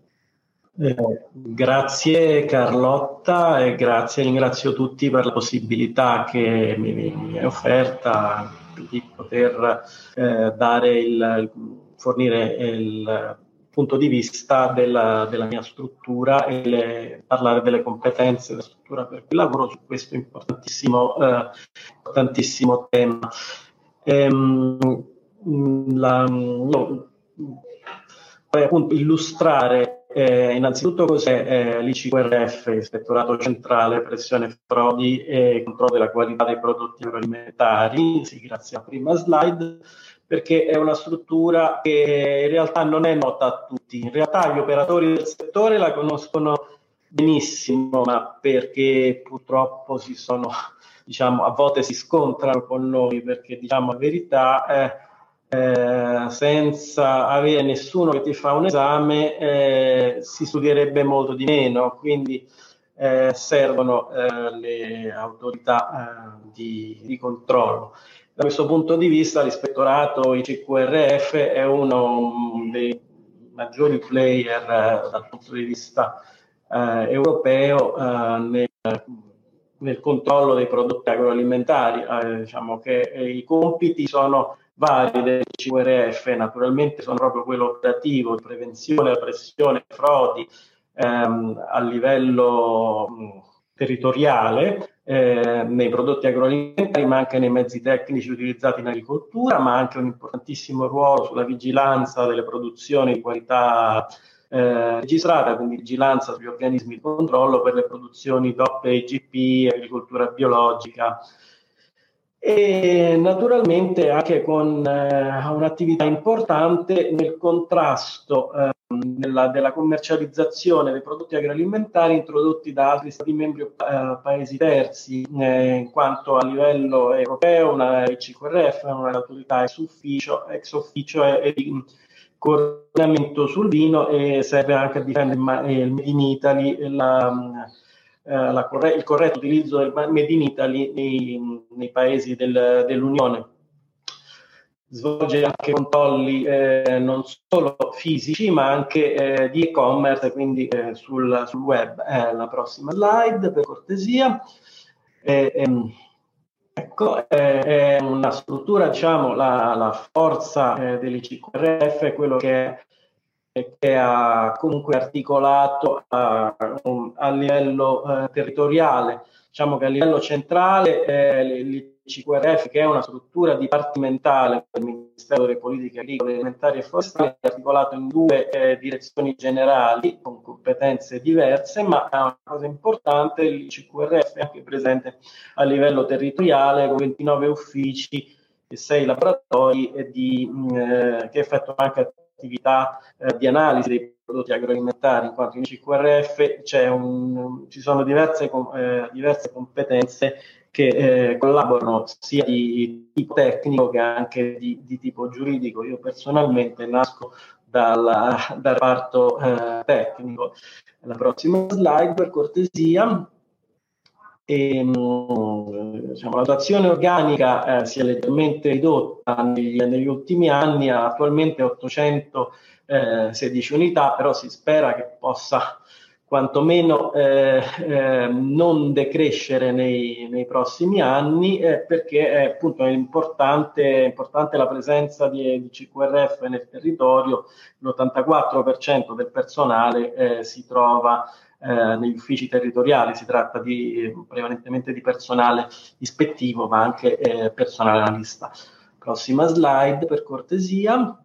Grazie Carlotta e ringrazio tutti per la possibilità che mi è offerta di poter fornire il punto di vista della mia struttura e parlare delle competenze della struttura per cui lavoro su questo importantissimo tema. Vorrei appunto illustrare innanzitutto cos'è l'ICQRF, Ispettorato Centrale Pressione Frodi e Controllo della Qualità dei Prodotti Agroalimentari, sì, grazie alla prima slide, perché è una struttura che in realtà non è nota a tutti. In realtà gli operatori del settore la conoscono benissimo, ma perché purtroppo a volte si scontrano con noi, perché diciamo la verità, senza avere nessuno che ti fa un esame si studierebbe molto di meno, quindi servono le autorità di controllo. Da questo punto di vista l'ispettorato ICQRF è uno dei maggiori player dal punto di vista europeo nel controllo dei prodotti agroalimentari. Diciamo che i compiti sono vari dell'ICQRF, naturalmente sono proprio quello operativo, di prevenzione, repressione, frodi a livello territoriale nei prodotti agroalimentari, ma anche nei mezzi tecnici utilizzati in agricoltura, ma anche un importantissimo ruolo sulla vigilanza delle produzioni di qualità registrata, quindi vigilanza sugli organismi di controllo per le produzioni DOP e IGP, agricoltura biologica, e naturalmente anche con un'attività importante nel contrasto della commercializzazione dei prodotti agroalimentari introdotti da altri Stati membri o paesi terzi, in quanto a livello europeo una ICQRF è un'autorità ex ufficio e di coordinamento sul vino, e serve anche a difendere il Made in Italy, il corretto utilizzo del Made in Italy nei paesi dell'Unione. svolge anche controlli non solo fisici ma anche di e-commerce, quindi sul web. La prossima slide, per cortesia. Ecco, è una struttura, diciamo, la forza dell'ICQRF è quello che ha comunque articolato a livello territoriale. Diciamo che a livello centrale l'ICQRF, che è una struttura dipartimentale del Ministero delle Politiche Agricole, Alimentari e Forestali, è articolato in due direzioni generali con competenze diverse, ma è una cosa importante: l'ICQRF è anche presente a livello territoriale con 29 uffici e 6 laboratori che effettuano anche attività di analisi dei prodotti agroalimentari, in quanto in ICQRF ci sono diverse competenze che collaborano sia di tipo tecnico che anche di tipo giuridico. Io personalmente nasco dal reparto tecnico. La prossima slide, per cortesia. Diciamo, la dotazione organica si è leggermente ridotta negli ultimi anni, attualmente 816 unità, però si spera che possa quantomeno non decrescere nei prossimi anni, perché appunto è importante la presenza di CQRF nel territorio. L'84% del personale si trova negli uffici territoriali. Si tratta prevalentemente di personale ispettivo, ma anche personale analista. Prossima slide, per cortesia.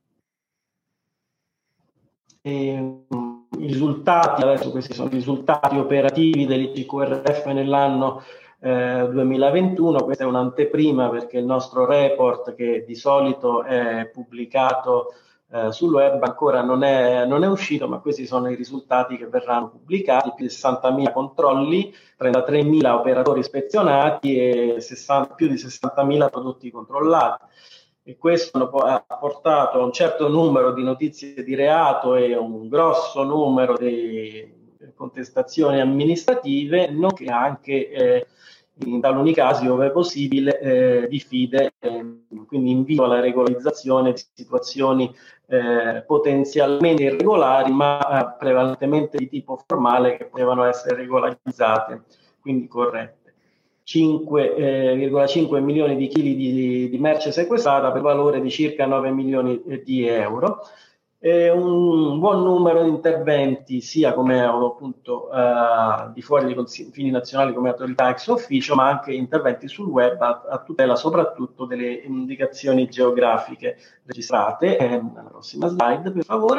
I risultati, adesso questi sono i risultati operativi dell'ICQRF nell'anno 2021. Questa è un'anteprima, perché il nostro report, che di solito è pubblicato sul web, ancora non è uscito, ma questi sono i risultati che verranno pubblicati: più di 60.000 controlli, 33.000 operatori ispezionati e più di 60.000 prodotti controllati. E questo ha portato a un certo numero di notizie di reato e un grosso numero di contestazioni amministrative, nonché anche in taluni casi, ove possibile, diffide, quindi invito alla regolarizzazione di situazioni potenzialmente irregolari, ma prevalentemente di tipo formale, che potevano essere regolarizzate, quindi corrette. 5,5 milioni di chili di merce sequestrata per valore di circa 9 milioni di euro. Un buon numero di interventi, sia come appunto di fuori dei confini nazionali come autorità ex officio, ma anche interventi sul web a tutela soprattutto delle indicazioni geografiche registrate. La prossima slide, per favore,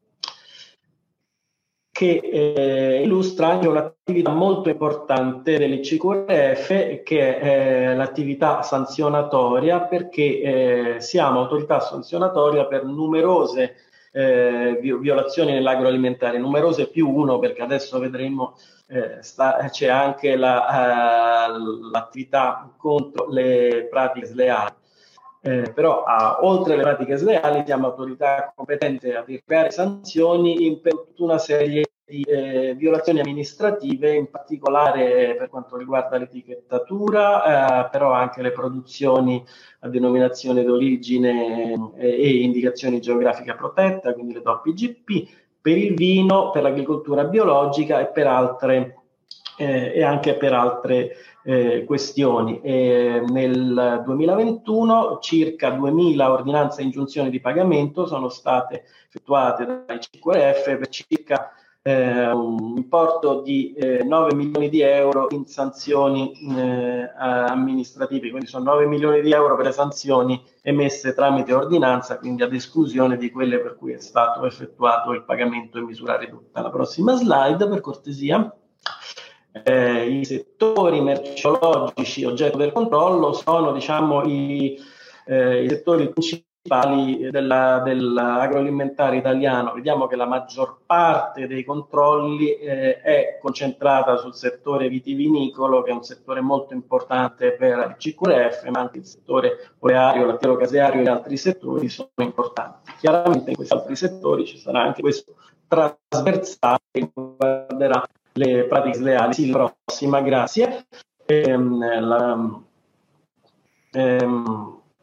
che illustra anche un'attività molto importante dell'ICQRF, che è l'attività sanzionatoria, perché siamo autorità sanzionatoria per numerose violazioni nell'agroalimentare, numerose più uno, perché adesso vedremo c'è anche l'attività contro le pratiche sleali. Però oltre alle pratiche sleali siamo autorità competente a creare sanzioni per tutta una serie di violazioni amministrative, in particolare per quanto riguarda l'etichettatura, però anche le produzioni a denominazione d'origine e indicazioni geografiche protetta, quindi le WGP, per il vino, per l'agricoltura biologica e per altre e anche per altre questioni. Nel 2021 circa 2.000 ordinanze e ingiunzioni di pagamento sono state effettuate dai ICQRF per circa un importo di 9 milioni di euro in sanzioni amministrative, quindi sono 9 milioni di euro per le sanzioni emesse tramite ordinanza, quindi ad esclusione di quelle per cui è stato effettuato il pagamento in misura ridotta. La prossima slide, per cortesia. I settori merceologici oggetto del controllo sono, diciamo, i settori principali dell'agroalimentare italiano. Vediamo che la maggior parte dei controlli è concentrata sul settore vitivinicolo, che è un settore molto importante per il CQRF, ma anche il settore oleario, lattiero-caseario e altri settori sono importanti. Chiaramente in questi altri settori ci sarà anche questo trasversale che riguarderà le pratiche sleali. Sì, la prossima, grazie.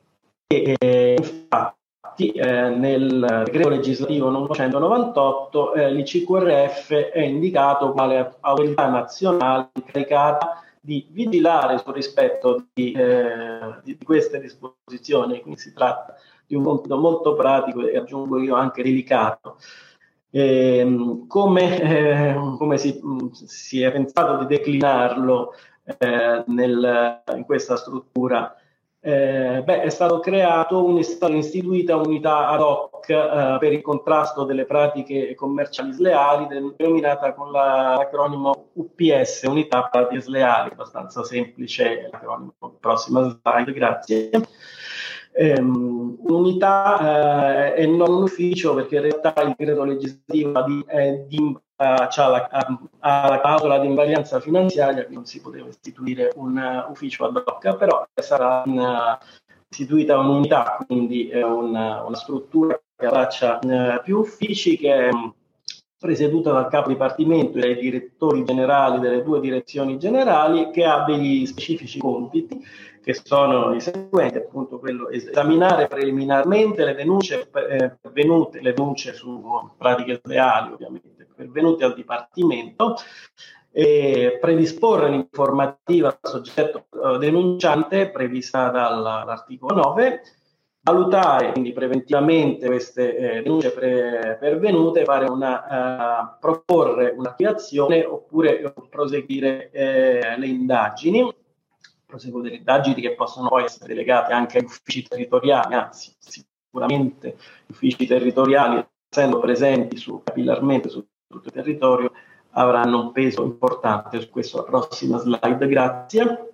infatti nel decreto legislativo numero 198 l'ICQRF è indicato quale autorità nazionale incaricata di vigilare sul rispetto di queste disposizioni, quindi si tratta di un compito molto pratico e aggiungo io anche delicato. Come si è pensato di declinarlo in questa struttura? È stato creato stata istituita unità ad hoc per il contrasto delle pratiche commerciali sleali, denominata con l'acronimo UPS, Unità Pratiche Sleali, abbastanza semplice l'acronimo. Prossima slide, grazie. Un'unità e non un ufficio, perché in realtà il decreto legislativo ha la clausola di invarianza finanziaria, che non si poteva istituire un ufficio ad hoc, però sarà istituita un'unità, quindi una struttura che abbraccia più uffici, che è presieduta dal capo dipartimento e dai direttori generali delle 2 direzioni generali, che ha degli specifici compiti, che sono i seguenti, appunto quello esaminare preliminarmente le denunce pervenute, le denunce su pratiche sleali ovviamente pervenute al Dipartimento, predisporre l'informativa al soggetto denunciante prevista dall'articolo 9, valutare quindi preventivamente queste denunce pervenute, proporre un'attivazione oppure proseguire le indagini. Proseguo delle indagini che possono poi essere delegate anche agli uffici territoriali, anzi sicuramente gli uffici territoriali, essendo presenti capillarmente su tutto il territorio, avranno un peso importante. Su questo la prossima slide, grazie.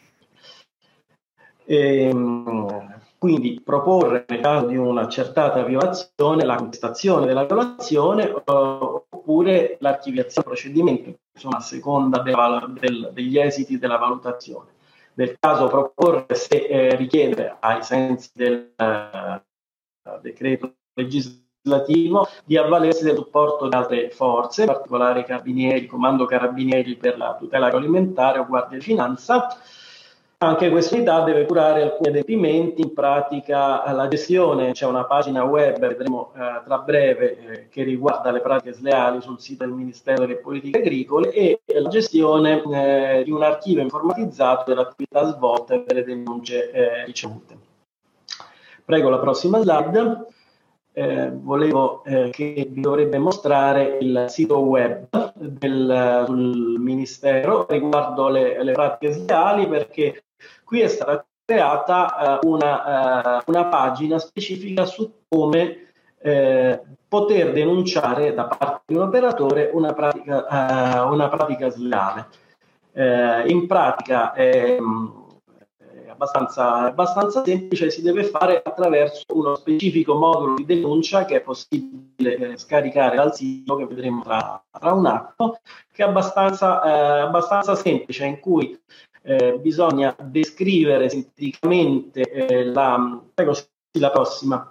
Quindi proporre, nel caso di un'accertata violazione, la contestazione della violazione oppure l'archiviazione del procedimento, insomma, a seconda degli esiti della valutazione. Nel caso proporre, se richiede ai sensi del decreto legislativo, di avvalersi del supporto di altre forze, in particolare Carabinieri, Comando Carabinieri per la tutela agroalimentare o Guardia di Finanza. Anche questa unità deve curare alcuni adempimenti, in pratica la gestione, c'è una pagina web, vedremo tra breve, che riguarda le pratiche sleali sul sito del Ministero delle Politiche Agricole, e la gestione di un archivio informatizzato dell'attività svolta e delle denunce ricevute. Prego la prossima slide. Volevo che vi dovrebbe mostrare il sito web sul Ministero riguardo le pratiche sleali, perché qui è stata creata una pagina specifica su come poter denunciare da parte di un operatore una pratica sleale. In pratica è abbastanza semplice, si deve fare attraverso uno specifico modulo di denuncia che è possibile scaricare dal sito, che vedremo tra un attimo, che è abbastanza semplice, in cui bisogna descrivere sinteticamente la prossima.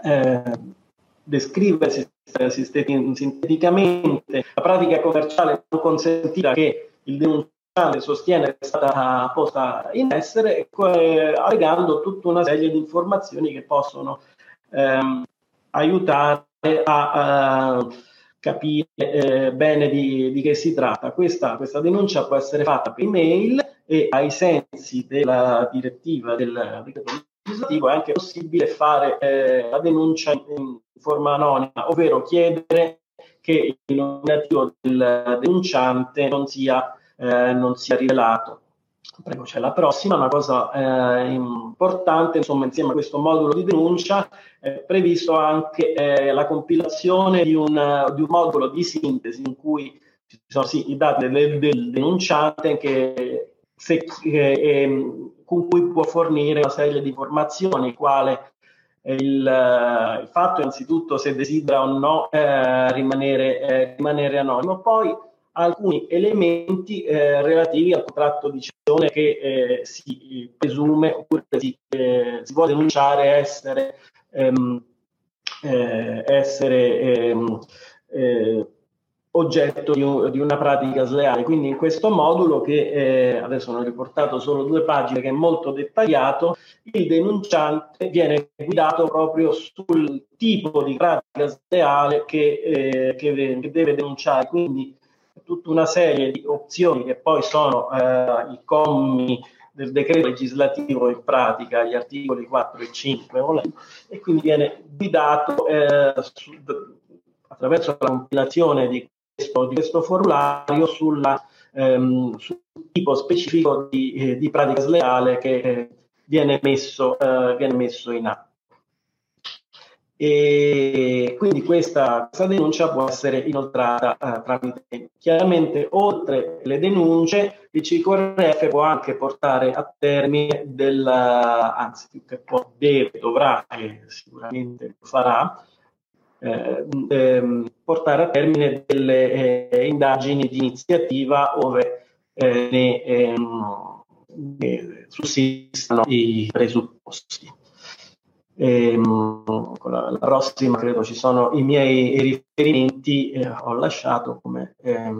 Descrivere sinteticamente la pratica commerciale non consentita che il denunciante sostiene che è stata posta in essere, allegando tutta una serie di informazioni che possono aiutare a capire bene di che si tratta. Questa denuncia può essere fatta per email, e ai sensi della direttiva del decreto legislativo è anche possibile fare la denuncia in forma anonima, ovvero chiedere che il nominativo del denunciante non sia rivelato. Prego, c'è la prossima. Una cosa importante, insomma, insieme a questo modulo di denuncia è previsto anche la compilazione di un modulo di sintesi in cui ci sono i dati del denunciante con cui può fornire una serie di informazioni, quale il fatto innanzitutto se desidera o no rimanere anonimo, poi alcuni elementi relativi al contratto di cessione che si presume oppure si vuole denunciare essere oggetto di una pratica sleale. Quindi in questo modulo, che adesso ne ho riportato solo 2 pagine, che è molto dettagliato, il denunciante viene guidato proprio sul tipo di pratica sleale che deve denunciare. Quindi tutta una serie di opzioni che poi sono i commi del decreto legislativo, in pratica gli articoli 4 e 5, e quindi viene guidato attraverso la compilazione di questo formulario sul tipo specifico di pratica sleale che viene messo in atto. E quindi questa denuncia può essere inoltrata tramite. Chiaramente, oltre le denunce, il CQRF può anche portare a termine anzi più che può, dovrà e sicuramente lo farà, portare a termine delle indagini di iniziativa ove ne sussistano i presupposti. Con la prossima credo ci sono i miei riferimenti, ho lasciato come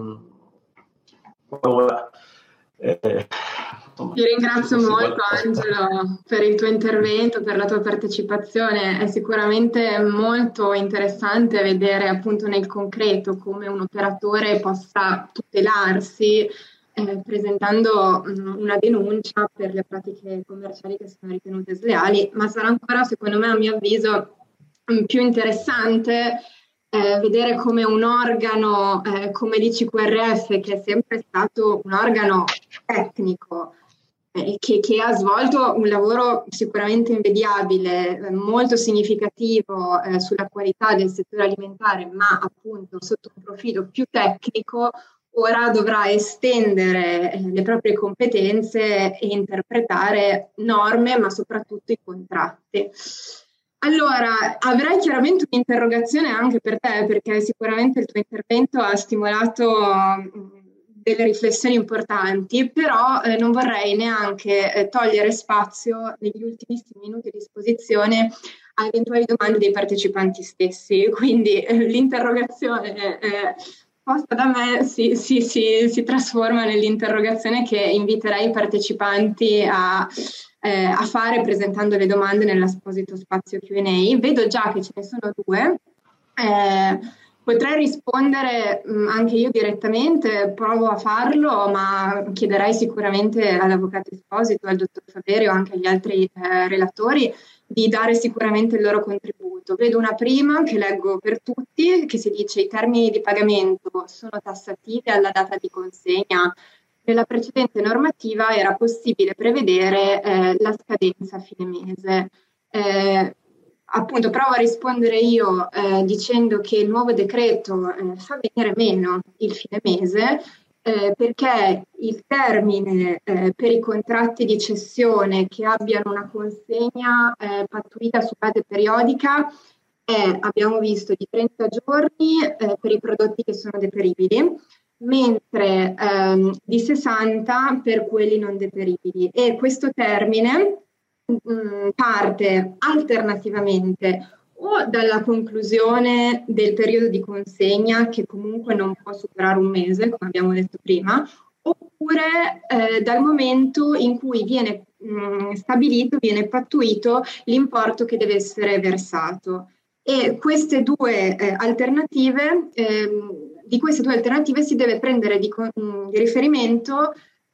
ti ringrazio molto Angelo per il tuo intervento, per la tua partecipazione. È sicuramente molto interessante vedere appunto nel concreto come un operatore possa tutelarsi presentando una denuncia per le pratiche commerciali che sono ritenute sleali, ma sarà ancora, secondo me, a mio avviso, più interessante vedere come un organo come l'ICQRF, che è sempre stato un organo tecnico, che ha svolto un lavoro sicuramente invidiabile, molto significativo sulla qualità del settore alimentare, ma appunto sotto un profilo più tecnico, ora dovrà estendere le proprie competenze e interpretare norme, ma soprattutto i contratti. Allora, avrei chiaramente un'interrogazione anche per te, perché sicuramente il tuo intervento ha stimolato delle riflessioni importanti, però non vorrei neanche togliere spazio negli ultimissimi minuti a disposizione a eventuali domande dei partecipanti stessi. Quindi l'interrogazione posta da me si trasforma nell'interrogazione che inviterei i partecipanti a fare presentando le domande nell'apposito spazio Q&A. Vedo già che ce ne sono 2. Potrei rispondere anche io direttamente, provo a farlo, ma chiederei sicuramente all'Avvocato Esposito, al dottor Faveri o anche agli altri relatori di dare sicuramente il loro contributo. Vedo una prima che leggo per tutti, che si dice: i termini di pagamento sono tassativi alla data di consegna. Nella precedente normativa era possibile prevedere la scadenza a fine mese. Appunto, provo a rispondere io dicendo che il nuovo decreto fa venire meno il fine mese, perché il termine per i contratti di cessione che abbiano una consegna pattuita su base periodica è, abbiamo visto, di 30 giorni per i prodotti che sono deperibili, mentre di 60 per quelli non deperibili. E questo termine parte alternativamente o dalla conclusione del periodo di consegna, che comunque non può superare un mese, come abbiamo detto prima, oppure dal momento in cui viene stabilito, viene pattuito l'importo che deve essere versato. E queste 2 alternative, di queste 2 alternative si deve prendere di riferimento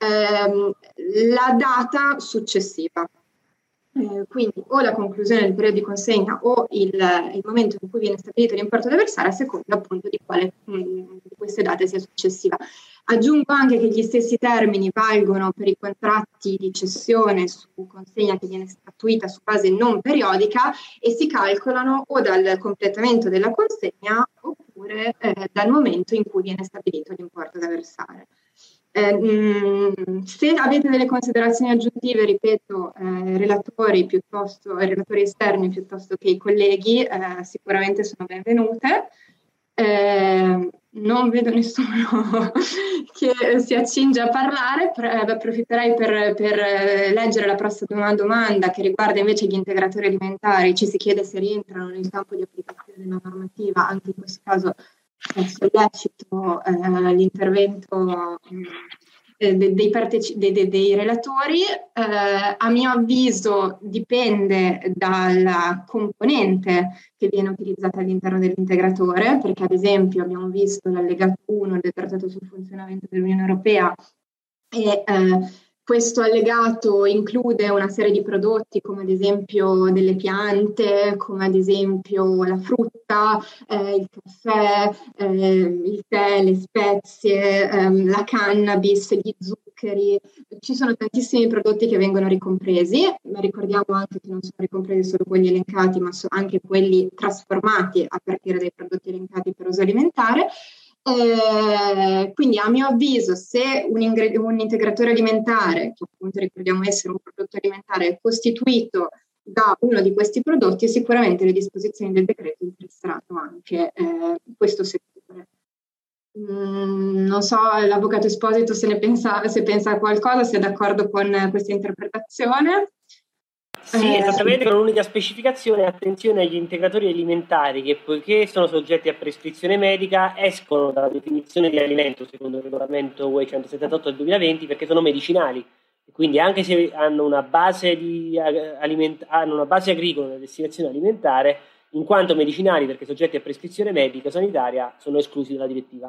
la data successiva. Quindi o la conclusione del periodo di consegna o il momento in cui viene stabilito l'importo da versare, a seconda appunto di quale di queste date sia successiva. Aggiungo anche che gli stessi termini valgono per i contratti di cessione su consegna che viene statuita su base non periodica e si calcolano o dal completamento della consegna oppure dal momento in cui viene stabilito l'importo da versare. Se avete delle considerazioni aggiuntive, ripeto, relatori esterni piuttosto che i colleghi, sicuramente sono benvenute. Non vedo nessuno che si accinge a parlare, approfitterei per leggere la prossima domanda che riguarda invece gli integratori alimentari. Ci si chiede se rientrano nel campo di applicazione della normativa, anche in questo caso sollecito l'intervento dei relatori. A mio avviso dipende dalla componente che viene utilizzata all'interno dell'integratore, perché ad esempio abbiamo visto l'allegato 1 del Trattato sul funzionamento dell'Unione Europea e questo allegato include una serie di prodotti come ad esempio delle piante, come ad esempio la frutta, il caffè, il tè, le spezie, la cannabis, gli zuccheri. Ci sono tantissimi prodotti che vengono ricompresi, ma ricordiamo anche che non sono ricompresi solo quelli elencati, ma anche quelli trasformati a partire dai prodotti elencati per uso alimentare. Quindi a mio avviso, se un integratore alimentare, che appunto ricordiamo essere un prodotto alimentare, è costituito da uno di questi prodotti, sicuramente le disposizioni del decreto interesseranno anche questo settore. Non so, l'avvocato Esposito se pensa a qualcosa, se è d'accordo con questa interpretazione. Sì, esattamente, con un'unica specificazione: attenzione agli integratori alimentari che, poiché sono soggetti a prescrizione medica, escono dalla definizione di alimento secondo il regolamento UE 178 del 2020 perché sono medicinali. Quindi anche se hanno una base agricola nella destinazione alimentare, in quanto medicinali perché soggetti a prescrizione medica sanitaria, sono esclusi dalla direttiva.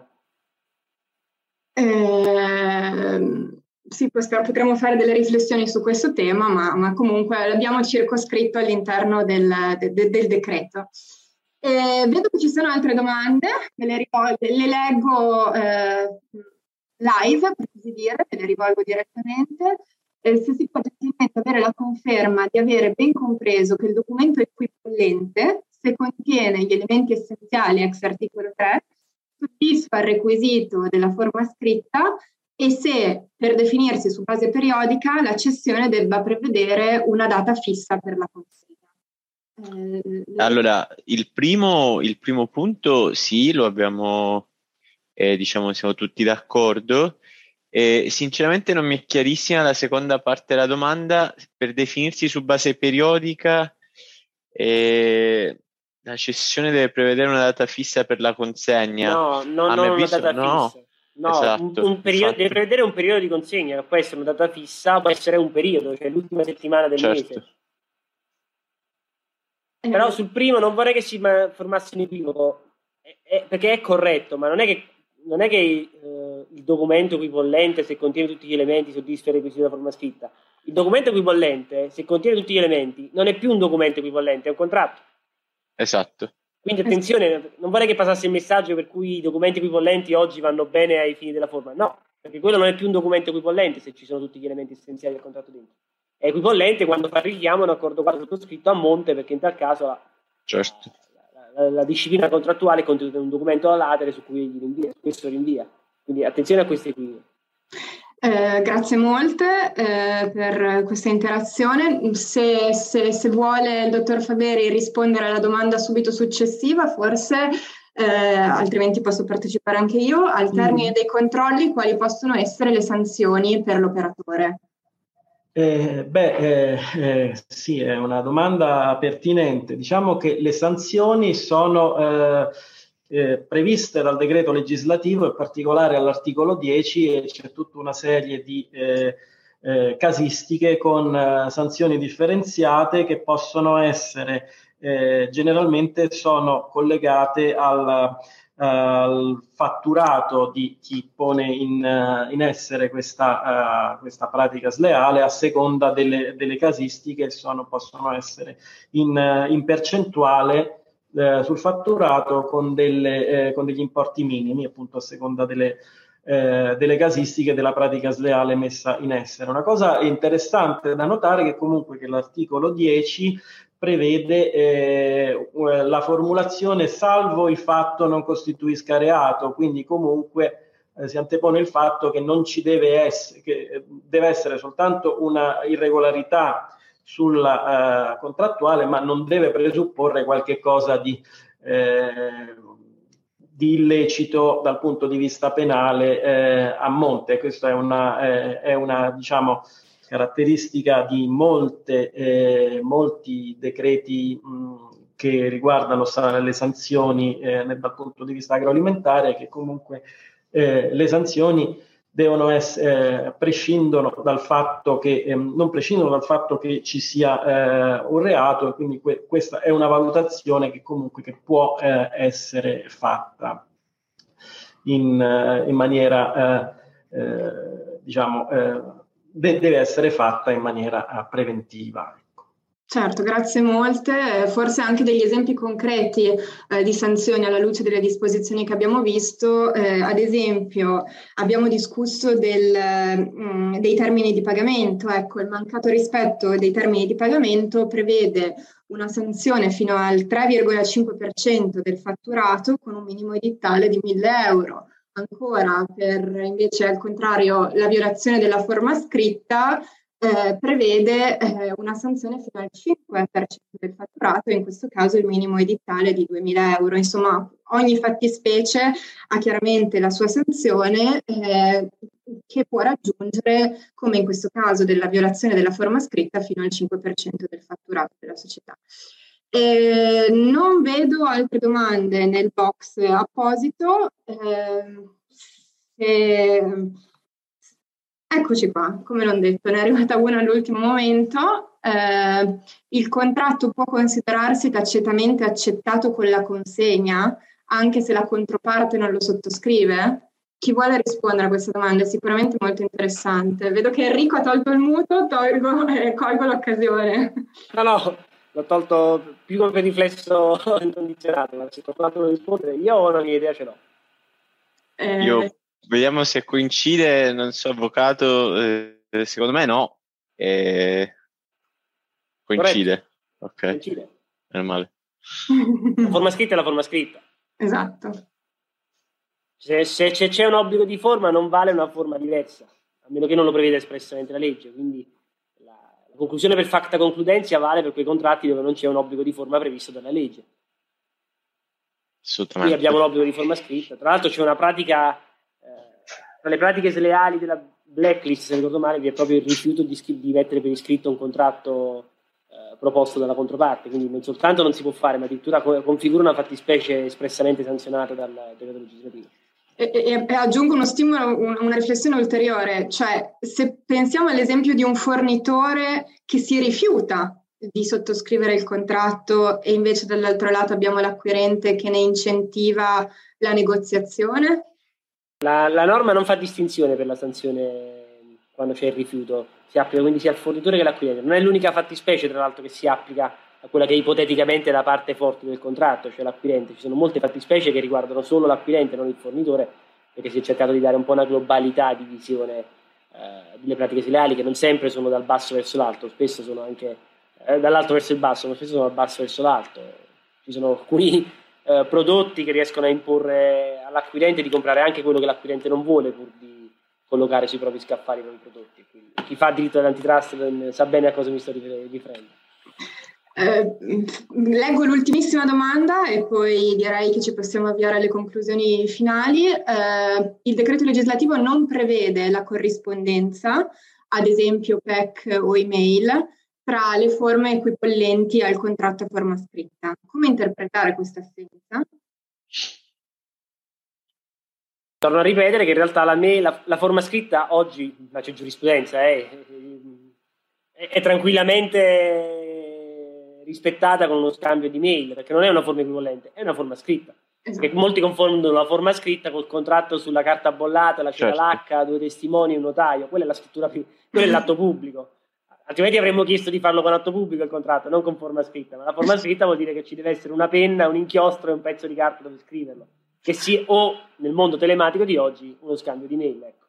Sì, potremmo fare delle riflessioni su questo tema, ma comunque l'abbiamo circoscritto all'interno del decreto. Vedo che ci sono altre domande, le leggo live, per così dire, le rivolgo direttamente. Se si può gentilmente avere la conferma di avere ben compreso che il documento equipollente, se contiene gli elementi essenziali ex articolo 3, soddisfa il requisito della forma scritta, e se per definirsi su base periodica la cessione debba prevedere una data fissa per la consegna. Allora, il primo punto sì, lo abbiamo, diciamo, siamo tutti d'accordo. Sinceramente non mi è chiarissima la seconda parte della domanda. Per definirsi su base periodica, la cessione deve prevedere una data fissa per la consegna. No, non una data fissa. No, esatto, deve prevedere un periodo di consegna, che può essere una data fissa, può essere un periodo, cioè l'ultima settimana del mese. Però sul primo non vorrei che si formasse un equivoco, perché è corretto, ma non è che il documento equipollente, se contiene tutti gli elementi, soddisfa il requisito della forma scritta. Il documento equipollente, se contiene tutti gli elementi, non è più un documento equipollente, è un contratto. Esatto. Quindi attenzione, non vorrei che passasse il messaggio per cui i documenti equipollenti oggi vanno bene ai fini della forma. No, perché quello non è più un documento equipollente se ci sono tutti gli elementi essenziali del contratto dentro. È equipollente quando fa richiamo a un accordo quadro sottoscritto a monte, perché in tal caso la disciplina contrattuale è contenuta in un documento alla latere su cui egli rinvia, su questo rinvia. Quindi attenzione a questi equivoci. Grazie molte per questa interazione. Se vuole il dottor Faberi rispondere alla domanda subito successiva, forse, altrimenti posso partecipare anche io. Al termine dei controlli, quali possono essere le sanzioni per l'operatore? Sì, è una domanda pertinente. Diciamo che le sanzioni sono previste dal decreto legislativo, in particolare all'articolo 10, e c'è tutta una serie di casistiche con sanzioni differenziate che possono essere generalmente sono collegate al fatturato di chi pone in essere questa pratica sleale, a seconda delle casistiche possono essere in percentuale sul fatturato con degli importi minimi, appunto a seconda delle casistiche della pratica sleale messa in essere. Una cosa interessante da notare è che comunque che l'articolo 10 prevede la formulazione salvo il fatto non costituisca reato, quindi comunque si antepone il fatto che non ci deve essere, che deve essere soltanto una irregolarità sulla contrattuale, ma non deve presupporre qualche cosa di illecito dal punto di vista penale a monte. Questa è una diciamo caratteristica di molti decreti che riguardano le sanzioni dal punto di vista agroalimentare, che comunque le sanzioni devono essere, prescindono dal fatto che non prescindono dal fatto che ci sia un reato, e quindi questa è una valutazione che comunque che può essere fatta in maniera diciamo deve essere fatta in maniera preventiva. Certo, grazie molte. Forse anche degli esempi concreti di sanzioni alla luce delle disposizioni che abbiamo visto. Ad esempio, abbiamo discusso dei termini di pagamento. Ecco, il mancato rispetto dei termini di pagamento prevede una sanzione fino al 3,5% del fatturato con un minimo edittale di 1.000 euro. Ancora, per invece al contrario la violazione della forma scritta prevede una sanzione fino al 5% del fatturato, e in questo caso il minimo edittale di 2.000 euro. Insomma, ogni fattispecie ha chiaramente la sua sanzione che può raggiungere, come in questo caso della violazione della forma scritta, fino al 5% del fatturato della società. Non vedo altre domande nel box apposito. Eccoci qua, come l'ho detto, ne è arrivata una all'ultimo momento. Il contratto può considerarsi tacitamente accettato con la consegna, anche se la controparte non lo sottoscrive? Chi vuole rispondere a questa domanda? È sicuramente molto interessante. Vedo che Enrico ha tolto il muto, colgo l'occasione. No, l'ho tolto più come riflesso incondizionato, ma se qualcuno vuole rispondere, io ho una mia idea, ce l'ho. Io vediamo se coincide, non so, avvocato, secondo me no. Coincide. Ok. Coincide. Meno male. La forma scritta è la forma scritta. Esatto. Se c'è un obbligo di forma non vale una forma diversa, a meno che non lo preveda espressamente la legge. Quindi la conclusione per facta concludentia vale per quei contratti dove non c'è un obbligo di forma previsto dalla legge. Assolutamente. Qui abbiamo l'obbligo di forma scritta. Tra l'altro c'è una pratica, tra le pratiche sleali della blacklist, se ricordo male, vi è proprio il rifiuto di mettere per iscritto un contratto proposto dalla controparte, quindi non soltanto non si può fare, ma addirittura configura una fattispecie espressamente sanzionata dal decreto legislativo. E aggiungo uno stimolo, una riflessione ulteriore, cioè se pensiamo all'esempio di un fornitore che si rifiuta di sottoscrivere il contratto e invece dall'altro lato abbiamo l'acquirente che ne incentiva la negoziazione? La norma non fa distinzione per la sanzione quando c'è il rifiuto, si applica quindi sia al fornitore che all'acquirente. Non è l'unica fattispecie, tra l'altro, che si applica a quella che è ipoteticamente la parte forte del contratto, cioè l'acquirente. Ci sono molte fattispecie che riguardano solo l'acquirente, non il fornitore, perché si è cercato di dare un po' una globalità di visione delle pratiche sleali, che non sempre sono dal basso verso l'alto, spesso sono anche dall'alto verso il basso, ma spesso sono dal basso verso l'alto. Ci sono alcuni prodotti che riescono a imporre all'acquirente di comprare anche quello che l'acquirente non vuole pur di collocare sui propri scaffali i propri prodotti. Quindi chi fa diritto dell'antitrust sa bene a cosa mi sto riferendo. Leggo l'ultimissima domanda e poi direi che ci possiamo avviare alle conclusioni finali. Il decreto legislativo non prevede la corrispondenza, ad esempio PEC o email, tra le forme equipollenti al contratto a forma scritta. Come interpretare questa assenza? Torno a ripetere che in realtà la forma scritta oggi, ma c'è giurisprudenza, è tranquillamente rispettata con uno scambio di mail, perché non è una forma equivalente, è una forma scritta. Esatto. Perché molti confondono la forma scritta col contratto sulla carta bollata, la l'H, 2 testimoni, un notaio. Quella è la scrittura quello è l'atto pubblico. Altrimenti avremmo chiesto di farlo con atto pubblico il contratto, non con forma scritta. Ma la forma scritta vuol dire che ci deve essere una penna, un inchiostro e un pezzo di carta dove scriverlo. O nel mondo telematico di oggi uno scambio di mail, ecco.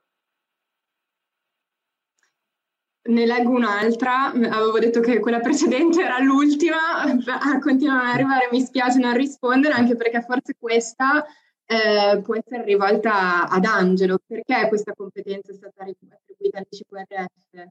Ne leggo un'altra, avevo detto che quella precedente era l'ultima, continuano ad arrivare, mi spiace non rispondere, anche perché forse questa può essere rivolta ad Angelo. Perché questa competenza è stata attribuita al CQRF?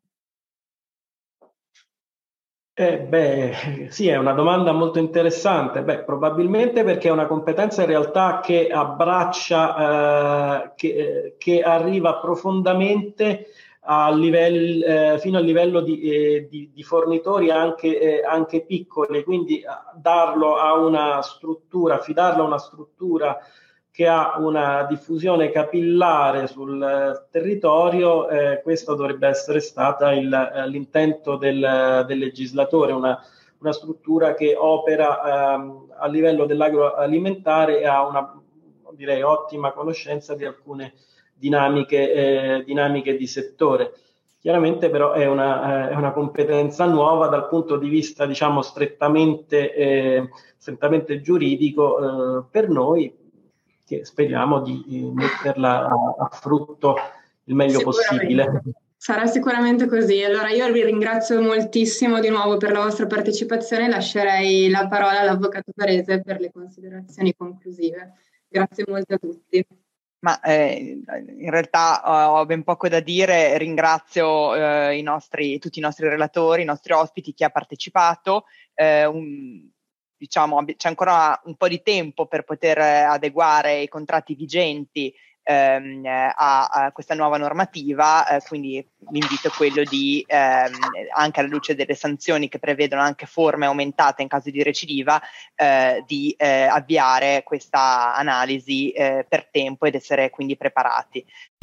Sì, è una domanda molto interessante. Probabilmente perché è una competenza in realtà che abbraccia, che arriva profondamente fino al livello di fornitori anche piccoli, quindi darlo a una struttura, affidarlo a una struttura che ha una diffusione capillare sul territorio. Questo dovrebbe essere stato l'intento del legislatore, una struttura che opera a livello dell'agroalimentare e ha una, direi, ottima conoscenza di alcune dinamiche di settore. Chiaramente però è una competenza nuova dal punto di vista, diciamo, strettamente giuridico per noi, che speriamo di metterla a frutto il meglio possibile. Sarà sicuramente così. Allora io vi ringrazio moltissimo di nuovo per la vostra partecipazione. Lascerei la parola all'avvocato Parese per le considerazioni conclusive. Grazie molto a tutti. Ma in realtà ho ben poco da dire. Ringrazio tutti i nostri relatori, i nostri ospiti, chi ha partecipato. Diciamo, c'è ancora un po' di tempo per poter adeguare i contratti vigenti a questa nuova normativa, quindi l'invito è quello di, anche alla luce delle sanzioni che prevedono anche forme aumentate in caso di recidiva, di avviare questa analisi per tempo ed essere quindi preparati.